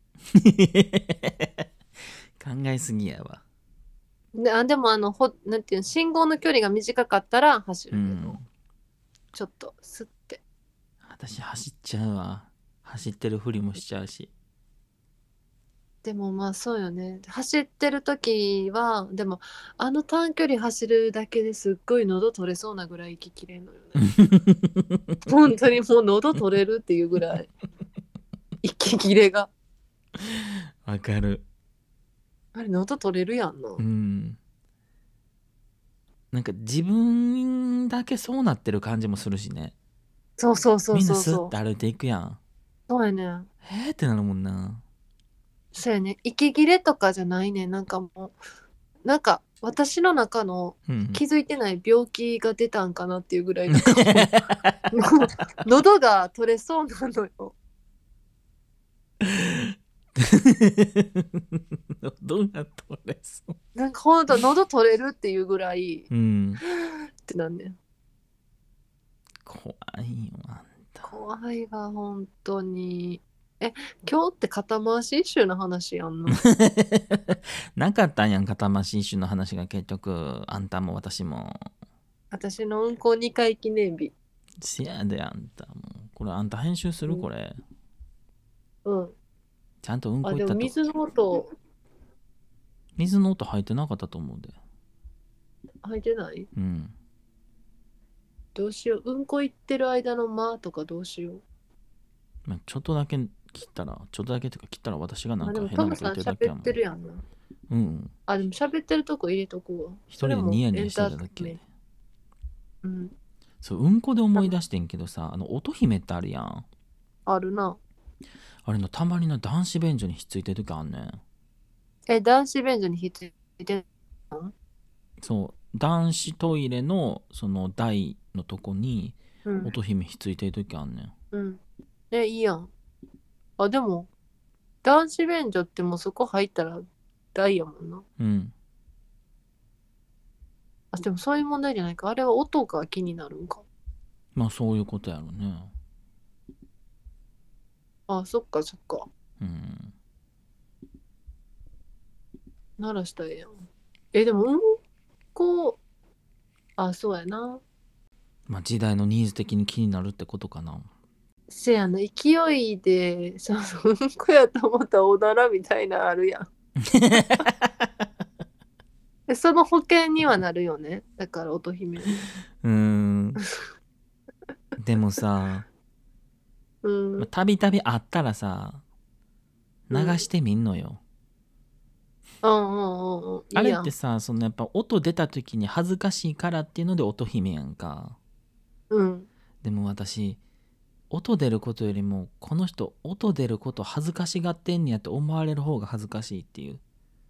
Speaker 2: 考えすぎやわ。
Speaker 1: で、あ、でもあの、ほ、なんていうの、信号の距離が短かったら走
Speaker 2: う
Speaker 1: るけど、
Speaker 2: ん。
Speaker 1: ちょっとスッて。
Speaker 2: 私走っちゃうわ。走ってるふりもしちゃうし。
Speaker 1: でもまあそうよね。走ってる時は、でもあの短距離走るだけですっごい喉取れそうなぐらい息切れんのよね。本当にもう喉取れるっていうぐらい息切れが。
Speaker 2: わかる。
Speaker 1: あれ喉取れるやんな。
Speaker 2: うん。なんか自分だけそうなってる感じもするしね。
Speaker 1: そうそうそう
Speaker 2: みんな
Speaker 1: そうそう。
Speaker 2: スッて歩いていくやん。
Speaker 1: そうやねん。
Speaker 2: えーってなるもんな。
Speaker 1: そうやね。息切れとかじゃないねん。なんかもう、なんか私の中の
Speaker 2: うん。
Speaker 1: 気づいてない病気が出たんかなっていうぐらいなんかもう、もう喉が取れそうなのよ。
Speaker 2: どうなっとれそう。
Speaker 1: なんかほんと喉取れるっていうぐらい、
Speaker 2: うん。
Speaker 1: ってなんねん。
Speaker 2: 怖いよ、あんた。
Speaker 1: 怖いわ、本当に。え、今日って肩回し一周の話やんな。
Speaker 2: なかったんやん、片回し一種の話が結局、あんたも私も。
Speaker 1: 私の運行にかい記念日。
Speaker 2: せやで、あんたもう。これあんた編集す
Speaker 1: うん。
Speaker 2: るこれ。
Speaker 1: うん。
Speaker 2: ちゃんとうん
Speaker 1: あ、
Speaker 2: こ行ったと。
Speaker 1: でも水の音
Speaker 2: 水の音入ってなかったと思うで。
Speaker 1: 入ってない？
Speaker 2: うん。
Speaker 1: どうしよう。うんこ行ってる間の間とかどうしよう。
Speaker 2: まあ、ちょっとだけ切ったらちょっとだけというか切ったら私がな
Speaker 1: あ、
Speaker 2: ん
Speaker 1: で
Speaker 2: か変なこと
Speaker 1: もトムさん
Speaker 2: 言ってるだけやもん。
Speaker 1: 喋ってるやんな。
Speaker 2: うん。
Speaker 1: あ、でも喋ってるとこ入れとこうわ。
Speaker 2: 一人
Speaker 1: それも
Speaker 2: でニヤニヤ
Speaker 1: エン
Speaker 2: してただけで。
Speaker 1: ターテインメント。うん。
Speaker 2: そう、うんこで思い出してんけどさ、あの乙姫ってあるやん。
Speaker 1: あるな。
Speaker 2: あれのたまにな男子便所にひっついてる時あんねん。
Speaker 1: え、男子便所にひっついてるの？
Speaker 2: そう男子トイレのその台のとこに
Speaker 1: うん。
Speaker 2: 乙姫ひっついてる時あんねん。
Speaker 1: うん。え、いいやん。あ、でも、男子便所ってもうそこ入ったら大やもんな。
Speaker 2: うん。
Speaker 1: あ、でもそういう問題じゃないか。あれは音が気になるんか。
Speaker 2: まあそういうことやろね。
Speaker 1: あ、そっかそっか。
Speaker 2: うん。
Speaker 1: 鳴らしたらええやん。え、でも、うんこ、あ、そうやな。
Speaker 2: まあ時代のニーズ的に気になるってことかな。
Speaker 1: せやな、勢いで、そうそう、うんこやと思ったらおならみたいなあるやん。でその保険にはなるよね。だから乙姫の。
Speaker 2: うーん。でもさ、
Speaker 1: うん。
Speaker 2: たびたびあったらさ、流してみんのよ。
Speaker 1: うんうんうんうん。
Speaker 2: あ
Speaker 1: いいやん。
Speaker 2: れってさ、そのやっぱ音出た時に恥ずかしいからっていうので音姫やんか。
Speaker 1: うん。
Speaker 2: でも私、音出ることよりもこの人音出ること恥ずかしがってんねやと思われる方が恥ずかしいっていう。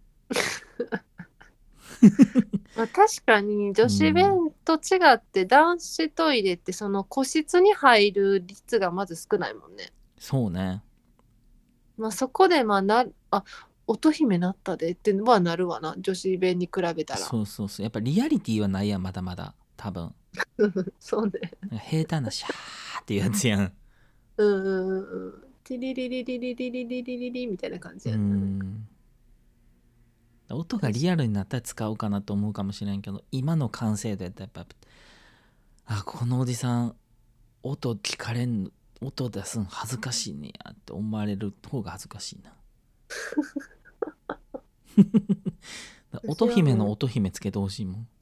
Speaker 1: まあ、確かに女子弁と違って男子トイレってその個室に入る率がまず少ないもんね。
Speaker 2: そうね。
Speaker 1: まあそこでまあな、あ、乙姫なったでってのはなるわな。女子弁に比べたら。
Speaker 2: そうそうそう。やっぱリアリティはないやん、まだまだ。多分。
Speaker 1: そうね。
Speaker 2: 平坦なシャーっていうやつやん。
Speaker 1: うんうんうんうん。ティリリリリリリリリリリリみたいな感じ
Speaker 2: う
Speaker 1: やな。
Speaker 2: ん。音がリアルになったら使うかなと思うかもしれんけど、今の完成度やったらやっぱ、あ、このおじさん、音聞かれん、音出すん恥ずかしいねやって思われる方が恥ずかしいな。乙姫の乙姫つけてほしいもん。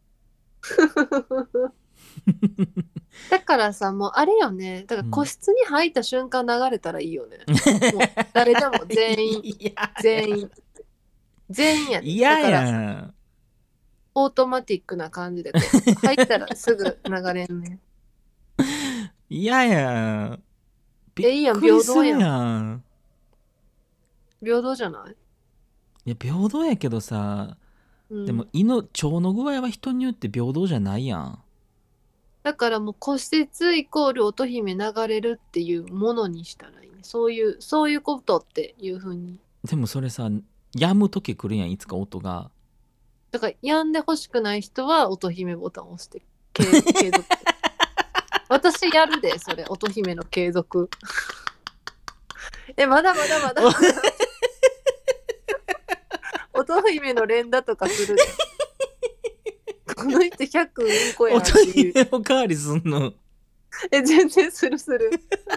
Speaker 1: だからさ、もうあれよね。だから個室に入った瞬間流れたらいいよね。もう誰でも全員、全員。全員やで。
Speaker 2: 嫌
Speaker 1: だから
Speaker 2: やん。
Speaker 1: オートマティックな感じでこう入ったらすぐ流れんね。
Speaker 2: 嫌やん。
Speaker 1: え、いいやん、
Speaker 2: びっくりする
Speaker 1: 平等やん。
Speaker 2: やん。
Speaker 1: 平等じゃない？
Speaker 2: いや平等やけどさ、
Speaker 1: うん、
Speaker 2: でも胃の腸の具合は人によって平等じゃないやん。
Speaker 1: だからもう個室イコール乙姫流れるっていうものにしたらいいね。そういう、そういうことっていうふうに。
Speaker 2: でもそれさ、やむ時来るやん、いつか音が。
Speaker 1: だから病んでほしくない人は乙姫ボタンを押して継継続。私やるで、それ、乙姫の継続。え、まだまだまだ。乙姫の連打とかするで。この人ひゃくうんこやんって
Speaker 2: 音
Speaker 1: いう。
Speaker 2: 姫おかわりすんの。
Speaker 1: え、全然するする。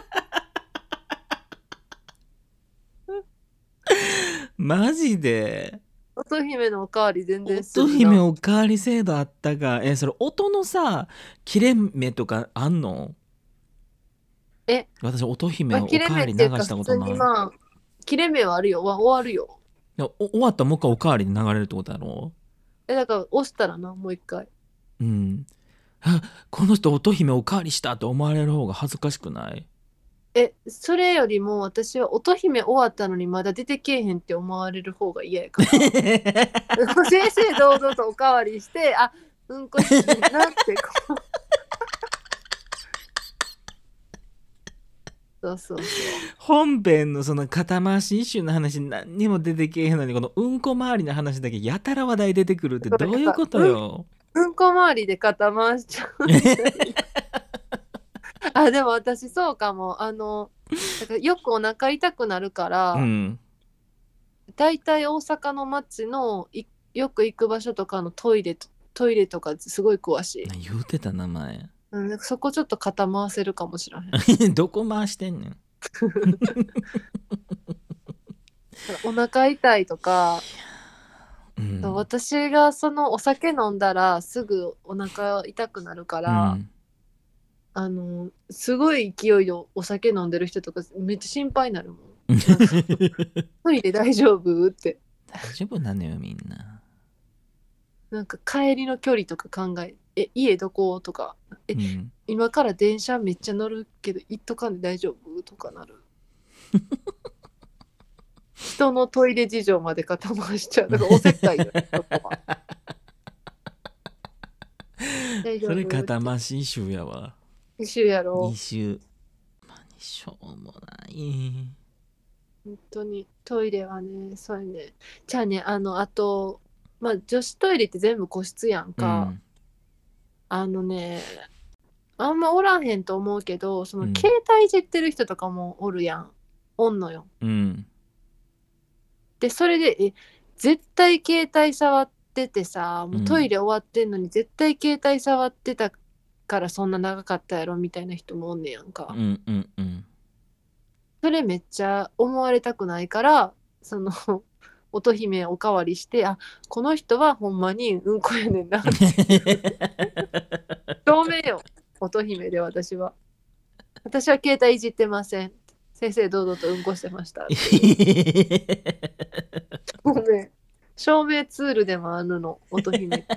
Speaker 2: マジで
Speaker 1: 乙姫のおかわり全然するな。
Speaker 2: 音姫おかわり制度あったか。え、それ音のさ、切れ目とかあんの？
Speaker 1: え、
Speaker 2: 私音姫
Speaker 1: まあ、
Speaker 2: お
Speaker 1: 切れ
Speaker 2: かわり流
Speaker 1: 目っていうか、普通
Speaker 2: したことない。
Speaker 1: にまあ、切れ目はあるよ。わ終わるよ。
Speaker 2: いやお終わったらもう一回おかわりで流れるってことやろ？
Speaker 1: え、だから押したらな、もう一回。
Speaker 2: うん。あ、この人音姫おかわりしたって思われる方が恥ずかしくない？
Speaker 1: え、それよりも私は乙姫終わったのにまだ出てけえへんって思われる方が嫌やから。正々堂々とおかわりして、あ、うんこしてるなってこう。そうそうそう。
Speaker 2: 本編のその肩回し一周の話何にも出てけえへんのに、このうんこ周りの話だけやたら話題出てくるってどういうことよ。
Speaker 1: うんこ周りで肩回しちゃう。あ、でも私そうかも。あの、だからよくお腹痛くなるから、
Speaker 2: うん。
Speaker 1: だいたい大阪の街のいよく行く場所とかのトイレと、トイレとかすごい詳しい。
Speaker 2: 言うてた名前。
Speaker 1: うん、そこちょっと肩回せるかもしれへん。
Speaker 2: どこ回してんねん。
Speaker 1: お腹痛いとか、
Speaker 2: うん、
Speaker 1: 私がそのお酒飲んだらすぐお腹痛くなるから、
Speaker 2: うん、
Speaker 1: あのすごい勢いでお酒飲んでる人とかめっちゃ心配になるもん。 なんかトイレ大丈夫って。
Speaker 2: 大丈夫なのよみんな。
Speaker 1: なんか帰りの距離とか考え、え、家どことか、え、
Speaker 2: うん、
Speaker 1: 今から電車めっちゃ乗るけど行っとかんで大丈夫とかなる。人のトイレ事情まで肩回しちゃう。だからおせっかいよ、そこは。大丈
Speaker 2: それ
Speaker 1: 夫って。
Speaker 2: 肩回し一周やわ。
Speaker 1: 一緒やろ。
Speaker 2: 二周。まあ、しょうもない。
Speaker 1: 本当にトイレはね、そうやね。じゃあね、あの、あと、まあ女子トイレって全部個室やんか。
Speaker 2: うん。
Speaker 1: あのね、あんまおらへんと思うけど、その携
Speaker 2: うん。
Speaker 1: 帯いじってる人とかもおるやん。おんのよ。
Speaker 2: うん。
Speaker 1: で、それで、え、絶対携帯触っててさ、もうトイ
Speaker 2: うん。
Speaker 1: レ終わってんのに絶対携帯触ってたからそんな長かったやろみたいな人もおんねやんか。
Speaker 2: うん。うん。うん。
Speaker 1: それめっちゃ思われたくないから、その乙姫おかわりして、あ、この人はほんまにうんこやねんなっていう証明よ。乙姫で私は。私は携帯いじってません。先生堂々とうんこしてましたっていう。証明。証明ツールでもあるの、乙姫って。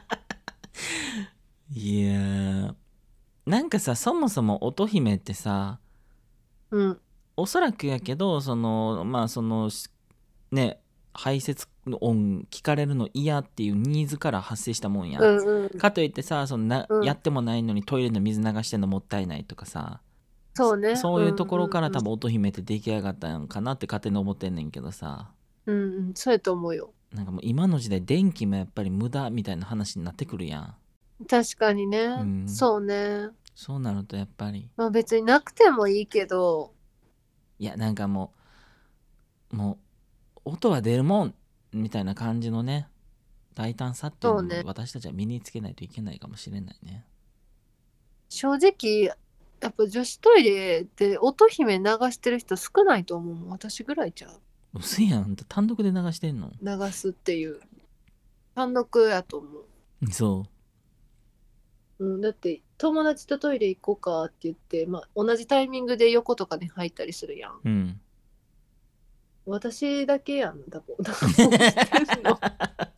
Speaker 2: いやー、なんかさ、そもそも乙姫ってさ、
Speaker 1: うん。
Speaker 2: おそらくやけど、そのまあそのね、排泄音聞かれるの嫌っていうニーズから発生したもんやん。
Speaker 1: うんうん。
Speaker 2: かといってさ、そのな
Speaker 1: うん。
Speaker 2: やってもないのにトイレの水流してんのもったいないとかさ、そ
Speaker 1: そうね。
Speaker 2: そういうと
Speaker 1: うん
Speaker 2: ころから
Speaker 1: うんうん。
Speaker 2: 多分乙姫って出来上がったんかなって勝手に思ってんねんけどさ、
Speaker 1: うんうん。そうやと思うよ。
Speaker 2: なんかもう今の時代電気もやっぱり無駄みたいな話になってくるやん。
Speaker 1: 確かに
Speaker 2: う
Speaker 1: ね。
Speaker 2: ん。
Speaker 1: そうね。
Speaker 2: そうなるとやっぱり、
Speaker 1: まあ別になくてもいいけど、
Speaker 2: いやなんかもうもう音は出るもんみたいな感じのね、大胆さっていうのも
Speaker 1: そうね。
Speaker 2: 私たちは身につけないといけないかもしれないね。
Speaker 1: 正直、やっぱ女子トイレで乙姫流してる人少ないと思うもん。私ぐらいちゃう。
Speaker 2: うせやん、あんた単独で流してんの？
Speaker 1: 流すっていう。単独やと思う。
Speaker 2: そ
Speaker 1: うん、だって友達とトイレ行こうかって言って、まあ、同じタイミングで横とかに入ったりするやん。
Speaker 2: う。うん。
Speaker 1: 私だけやん、多分。だからもうしてんの。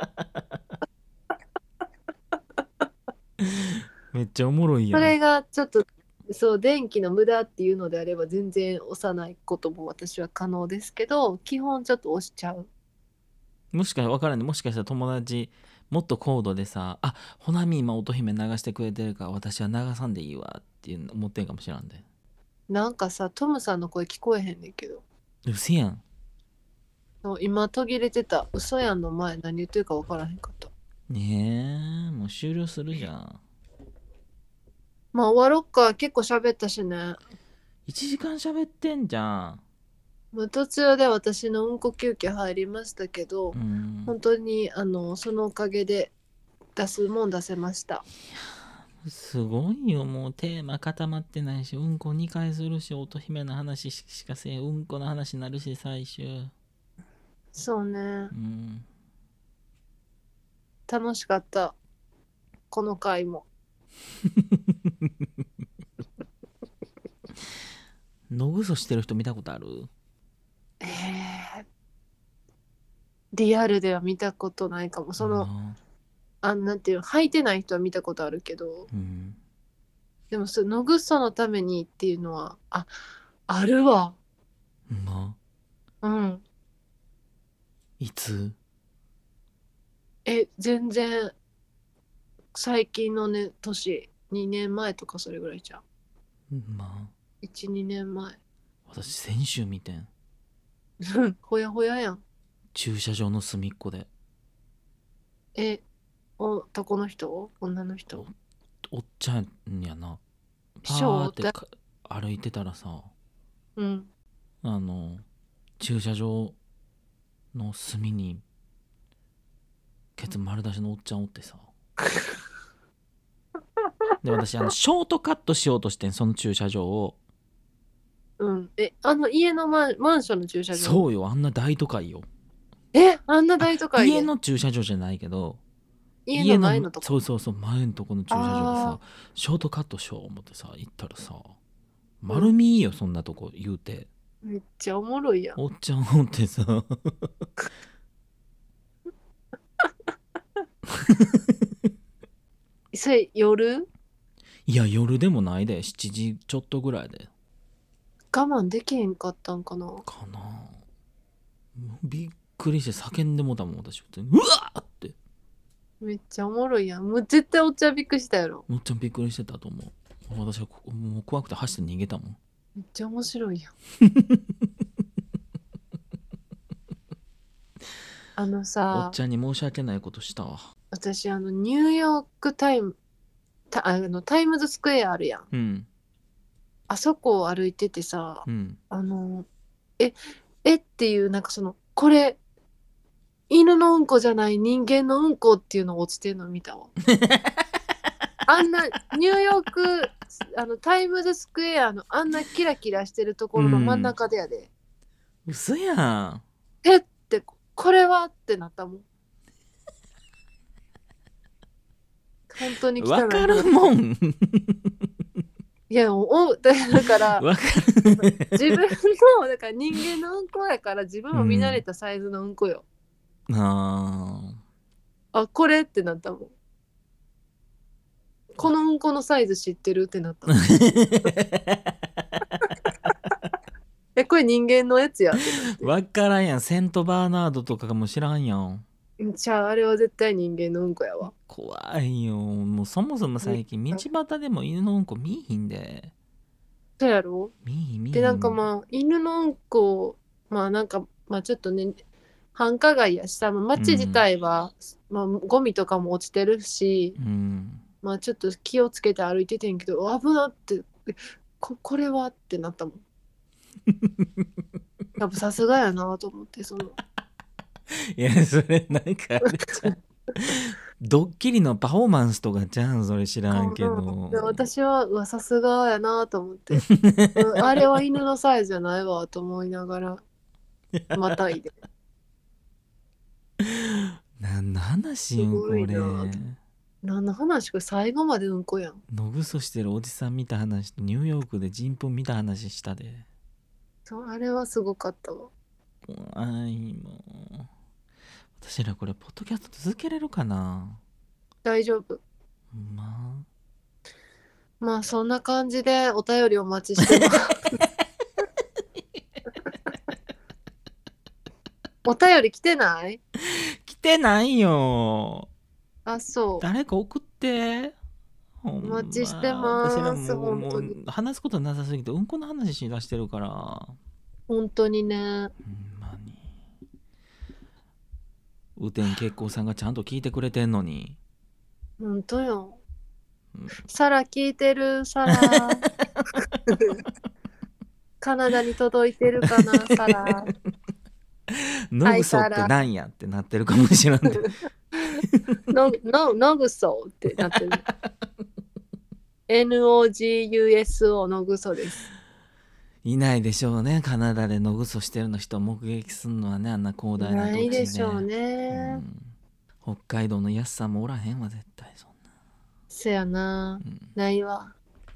Speaker 2: めっちゃおもろいやん。
Speaker 1: それがちょっと、そう、電気の無駄っていうのであれば全然押さないことも私は可能ですけど、基本ちょっと押しちゃう。
Speaker 2: もしか分からんね、もしかしたら友達もっと高度でさ、あ、ほなみ今乙姫流してくれてるから私は流さんでいいわっていうの思ってんかもしらんで。
Speaker 1: なんかさ、トムさんの声聞こえへんねんけど。
Speaker 2: うせやん。
Speaker 1: そう今途切れてた。嘘やんの前何言ってるか分からへんかった。
Speaker 2: ねえ、もう終了するじゃん。
Speaker 1: まあ終わろっか。結構喋ったしね。
Speaker 2: いちじかん喋ってんじゃん。
Speaker 1: まあ、途中で私のうんこ休憩入りましたけど、
Speaker 2: うん。
Speaker 1: 本当にあのそのおかげで出すもん出せました。
Speaker 2: すごいよ、もうテーマ固まってないし、うんこにかいするし、乙姫の話しかせえ、うんこの話になるし、最終。
Speaker 1: そうね。
Speaker 2: うん。
Speaker 1: 楽しかった。この回も。
Speaker 2: のぐそしてる人見たことある？
Speaker 1: えー、リアルでは見たことないかも。その、
Speaker 2: まあ、
Speaker 1: あなんていうの、履いてない人は見たことあるけど、
Speaker 2: うん。
Speaker 1: でもその野ぐそのためにっていうのは、あ、あるわ。
Speaker 2: まあ、
Speaker 1: うん。
Speaker 2: いつ？
Speaker 1: え、全然最近のね、年、にねんまえとかそれぐらいじゃん。
Speaker 2: まあ、
Speaker 1: いち、にねんまえ。
Speaker 2: 私先週見てん。
Speaker 1: ほやほややん。
Speaker 2: 駐車場の隅っこで。
Speaker 1: え、男の人女の
Speaker 2: お、
Speaker 1: 人
Speaker 2: おっちゃんやな。パーって
Speaker 1: ショーだ。
Speaker 2: か歩いてたらさ、
Speaker 1: うん。
Speaker 2: あの、駐車場の隅に、ケツ丸出しのおっちゃんおってさ。で、私、あの、ショートカットしようとしてん、その駐車場を。
Speaker 1: うん。え、あの家のマン、マンションの駐車場
Speaker 2: そうよ、あんな大都会よ。
Speaker 1: え、あんな
Speaker 2: あ、
Speaker 1: 大都会で
Speaker 2: 家の駐車場じゃないけど、
Speaker 1: 家の
Speaker 2: 家の、
Speaker 1: 前のとこ。
Speaker 2: そうそうそう、前のとこの駐車場でさ、
Speaker 1: ああ、
Speaker 2: ショートカットしよう思ってさ、行ったらさ、
Speaker 1: うん。
Speaker 2: 丸見えよ、そんなとこ言うて。
Speaker 1: めっちゃおもろいやん。
Speaker 2: おっちゃんおってさ
Speaker 1: それ夜
Speaker 2: いや夜でもないで、しちじちょっとぐらいで
Speaker 1: 我慢できへんかったんかな。
Speaker 2: かな。びっくりして叫んでもたもん私。うわーって。
Speaker 1: めっちゃおもろいやん。もう絶対おっちゃんびっくりしたやろ。
Speaker 2: もっちゃんびっくりしてたと思う。私はこもう怖くて走って逃げたもん。
Speaker 1: めっちゃ面白いやん。あの
Speaker 2: お
Speaker 1: さ
Speaker 2: っ、ちゃんに申し訳ないことしたわ。
Speaker 1: 私あのニューヨークタイムたあのタイムズスクエアあるやん。
Speaker 2: うん
Speaker 1: あそこを歩いててさ、
Speaker 2: うん
Speaker 1: あのええっていうなんかそのこれ犬のうんこじゃない人間のうんこっていうの落ちてるの見たわ。あんなニューヨークあのタイムズスクエアのあんなキラキラしてるところの真ん中でやで、
Speaker 2: 嘘やん。
Speaker 1: えってこれはってなったもん。本当に汚い
Speaker 2: わかるもん
Speaker 1: いやおだから
Speaker 2: わか
Speaker 1: 自分のだから人間のうんこやから自分も見慣れたサイズのうんこよ、
Speaker 2: るあ
Speaker 1: あこれってなったもん。このうんこのサイズ知ってるってなったもん。えこれ人間のやつやってなって
Speaker 2: わからんやん。セントバーナードとかかも知らんやん。
Speaker 1: じゃああれは絶対人間のうんこやわ。
Speaker 2: 怖いよ。もうそもそも最近道端でも犬のうんこ見いひんで。
Speaker 1: そうやろ。
Speaker 2: 見いひん見いひん。
Speaker 1: でなんかまあ犬のうんこまあなんかまあちょっとね繁華街やしさ街自体は、うん、まあゴミとかも落ちてるし、
Speaker 2: うん、
Speaker 1: まあちょっと気をつけて歩いててんけど危なってここれはってなったもん。やっぱさすがやなと思ってその
Speaker 2: いやそれなんかあれじゃんドッキリのパフォーマンスとかじゃんそれ知らんけど。
Speaker 1: 私はうわさすがやなと思って、うん、あれは犬のサイズじゃないわと思いながらまたいで
Speaker 2: 何の話よこれ。
Speaker 1: 何の話これ最後までうんこやん。
Speaker 2: のぐそしてるおじさん見た話とニューヨークで人糞見た話したで。
Speaker 1: そうあれはすごかったわ。
Speaker 2: 怖いもう。私らこれポッドキャスト続けれるかな。
Speaker 1: 大丈夫。
Speaker 2: まあ
Speaker 1: まあそんな感じでお便りお待ちしてますお便り来てない？
Speaker 2: 来てないよ。
Speaker 1: あそう
Speaker 2: 誰か送って。
Speaker 1: お待ちしてます。
Speaker 2: 私らもう
Speaker 1: 本当に
Speaker 2: もう話すことなさすぎてうんこの話しだしてるから。
Speaker 1: 本当にね。
Speaker 2: ほんまに。雨天結構さんがちゃんと聞いてくれてんのに。
Speaker 1: 本当よ。
Speaker 2: うん、
Speaker 1: サラ聞いてるサラ。カナダに届いてるかなサラ。
Speaker 2: のぐそってなんやってなってるかもしれんで。
Speaker 1: のののぐそってなってる。エヌオージーユーエスオー のぐそです。
Speaker 2: いないでしょうね。カナダでのぐそしてるの人を目撃するのはね、あんな広大な土地で。
Speaker 1: ないでしょうね、
Speaker 2: うん、北海道の安さもおらへんわ絶対そんな。
Speaker 1: せやな、うん、ないわ。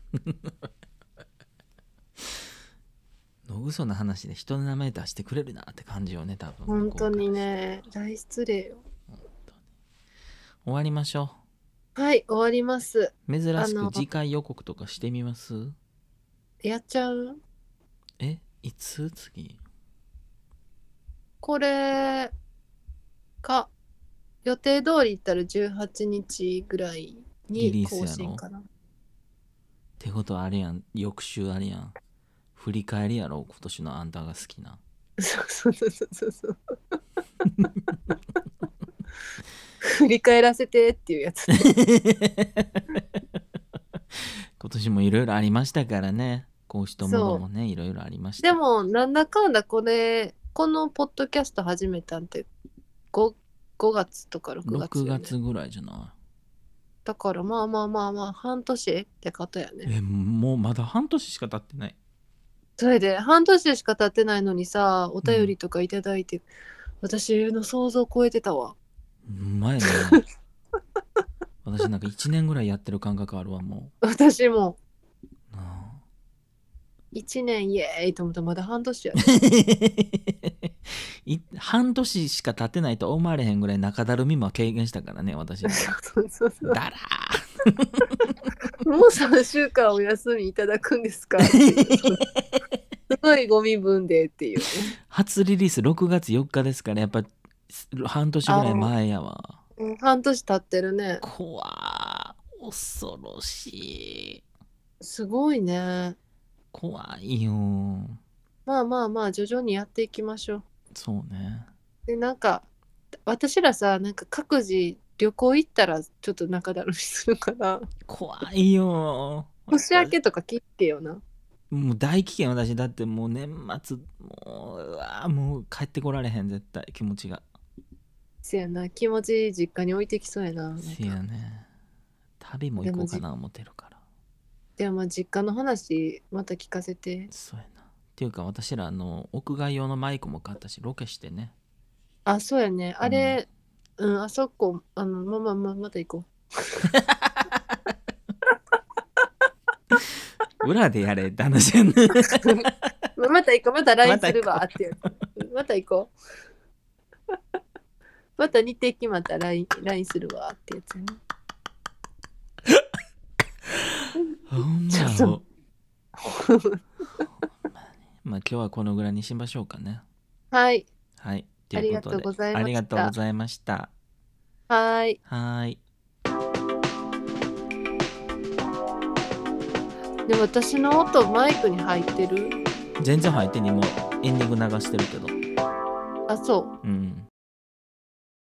Speaker 2: のぐその話で人の名前出してくれるなって感じよね多分。
Speaker 1: 本当にね、大失礼よ。本当に
Speaker 2: 終わりましょ
Speaker 1: う。はい、終わります。
Speaker 2: 珍しく次回予告とかしてみます？
Speaker 1: やっちゃう？
Speaker 2: え、いつ次？
Speaker 1: これか予定通り行ったらじゅうはちにちぐらいに更新かな。
Speaker 2: ってことはあれやん、翌週あれやん、振り返りやろ今年のあんたが好きな。
Speaker 1: そうそうそうそうそう振り返らせてっていうやつ
Speaker 2: 今年もいろいろありましたからね。こうしたものもねいろいろありました。
Speaker 1: でもなんだかんだこれこのポッドキャスト始めたんって 5, 5月とかろくがつ、ね、
Speaker 2: ろくがつぐらいじゃない？
Speaker 1: だからまあまあまあまあ半年ってことやね。
Speaker 2: えもうまだ半年しか経ってない。
Speaker 1: それで半年しか経ってないのにさお便りとかいただいて、うん、私の想像を超えてたわ。
Speaker 2: 前ね私なんかいちねんぐらいやってる感覚あるわも
Speaker 1: う。私もいちねんイエーイと思ったらまだ半年や
Speaker 2: い半年しか経ってないと思われへんぐらい中だるみも経験したからね、私。
Speaker 1: そうそうそう。
Speaker 2: だら
Speaker 1: もうさんしゅうかんお休みいただくんですかっていうすごいゴミ分でっていうね。
Speaker 2: 初リリースろくがつよっかですから、やっぱ半年ぐらい前やわ。
Speaker 1: うん、半年経ってるね。
Speaker 2: 怖ー、恐ろしい。
Speaker 1: すごいね。
Speaker 2: 怖いよ。
Speaker 1: まあまあまあ、徐々にやっていきましょう。
Speaker 2: そうね。
Speaker 1: で、なんか、私らさ、なんか各自旅行行ったらちょっと中だるみするから、
Speaker 2: 怖いよ。
Speaker 1: 年明けとか聞いてよな。
Speaker 2: もう大危険私。だってもう年末、もう、うわーもう帰ってこられへん、絶対気持ちが。
Speaker 1: せやな、気持ち実家に置いてきそうやな。なんか
Speaker 2: せやね。旅も行こうかな思ってるから。
Speaker 1: でもまあ実家の話また聞かせて。
Speaker 2: そうやな。っていうか私らあの屋外用のマイクも買ったし、ロケしてね。
Speaker 1: あ、そうやね。あれ、うん、あそこ、あの、まあまあまあ、また行こ
Speaker 2: 裏でやれって話やね。
Speaker 1: う。また行こう、また ライン するわってやつ。また行こう。また日程決まったら ライン, ラインするわってやつやね。
Speaker 2: ほん
Speaker 1: ちょっ
Speaker 2: まよ。
Speaker 1: と
Speaker 2: まあ今日はこのぐらいにしましょうかね。
Speaker 1: はい。
Speaker 2: はい。
Speaker 1: ありがとうございました。
Speaker 2: ありがとうございました。
Speaker 1: はい。
Speaker 2: はい。
Speaker 1: でも私の音マイクに入ってる？
Speaker 2: 全然入ってにもエンディング流してるけど。
Speaker 1: あ、そう。
Speaker 2: うん。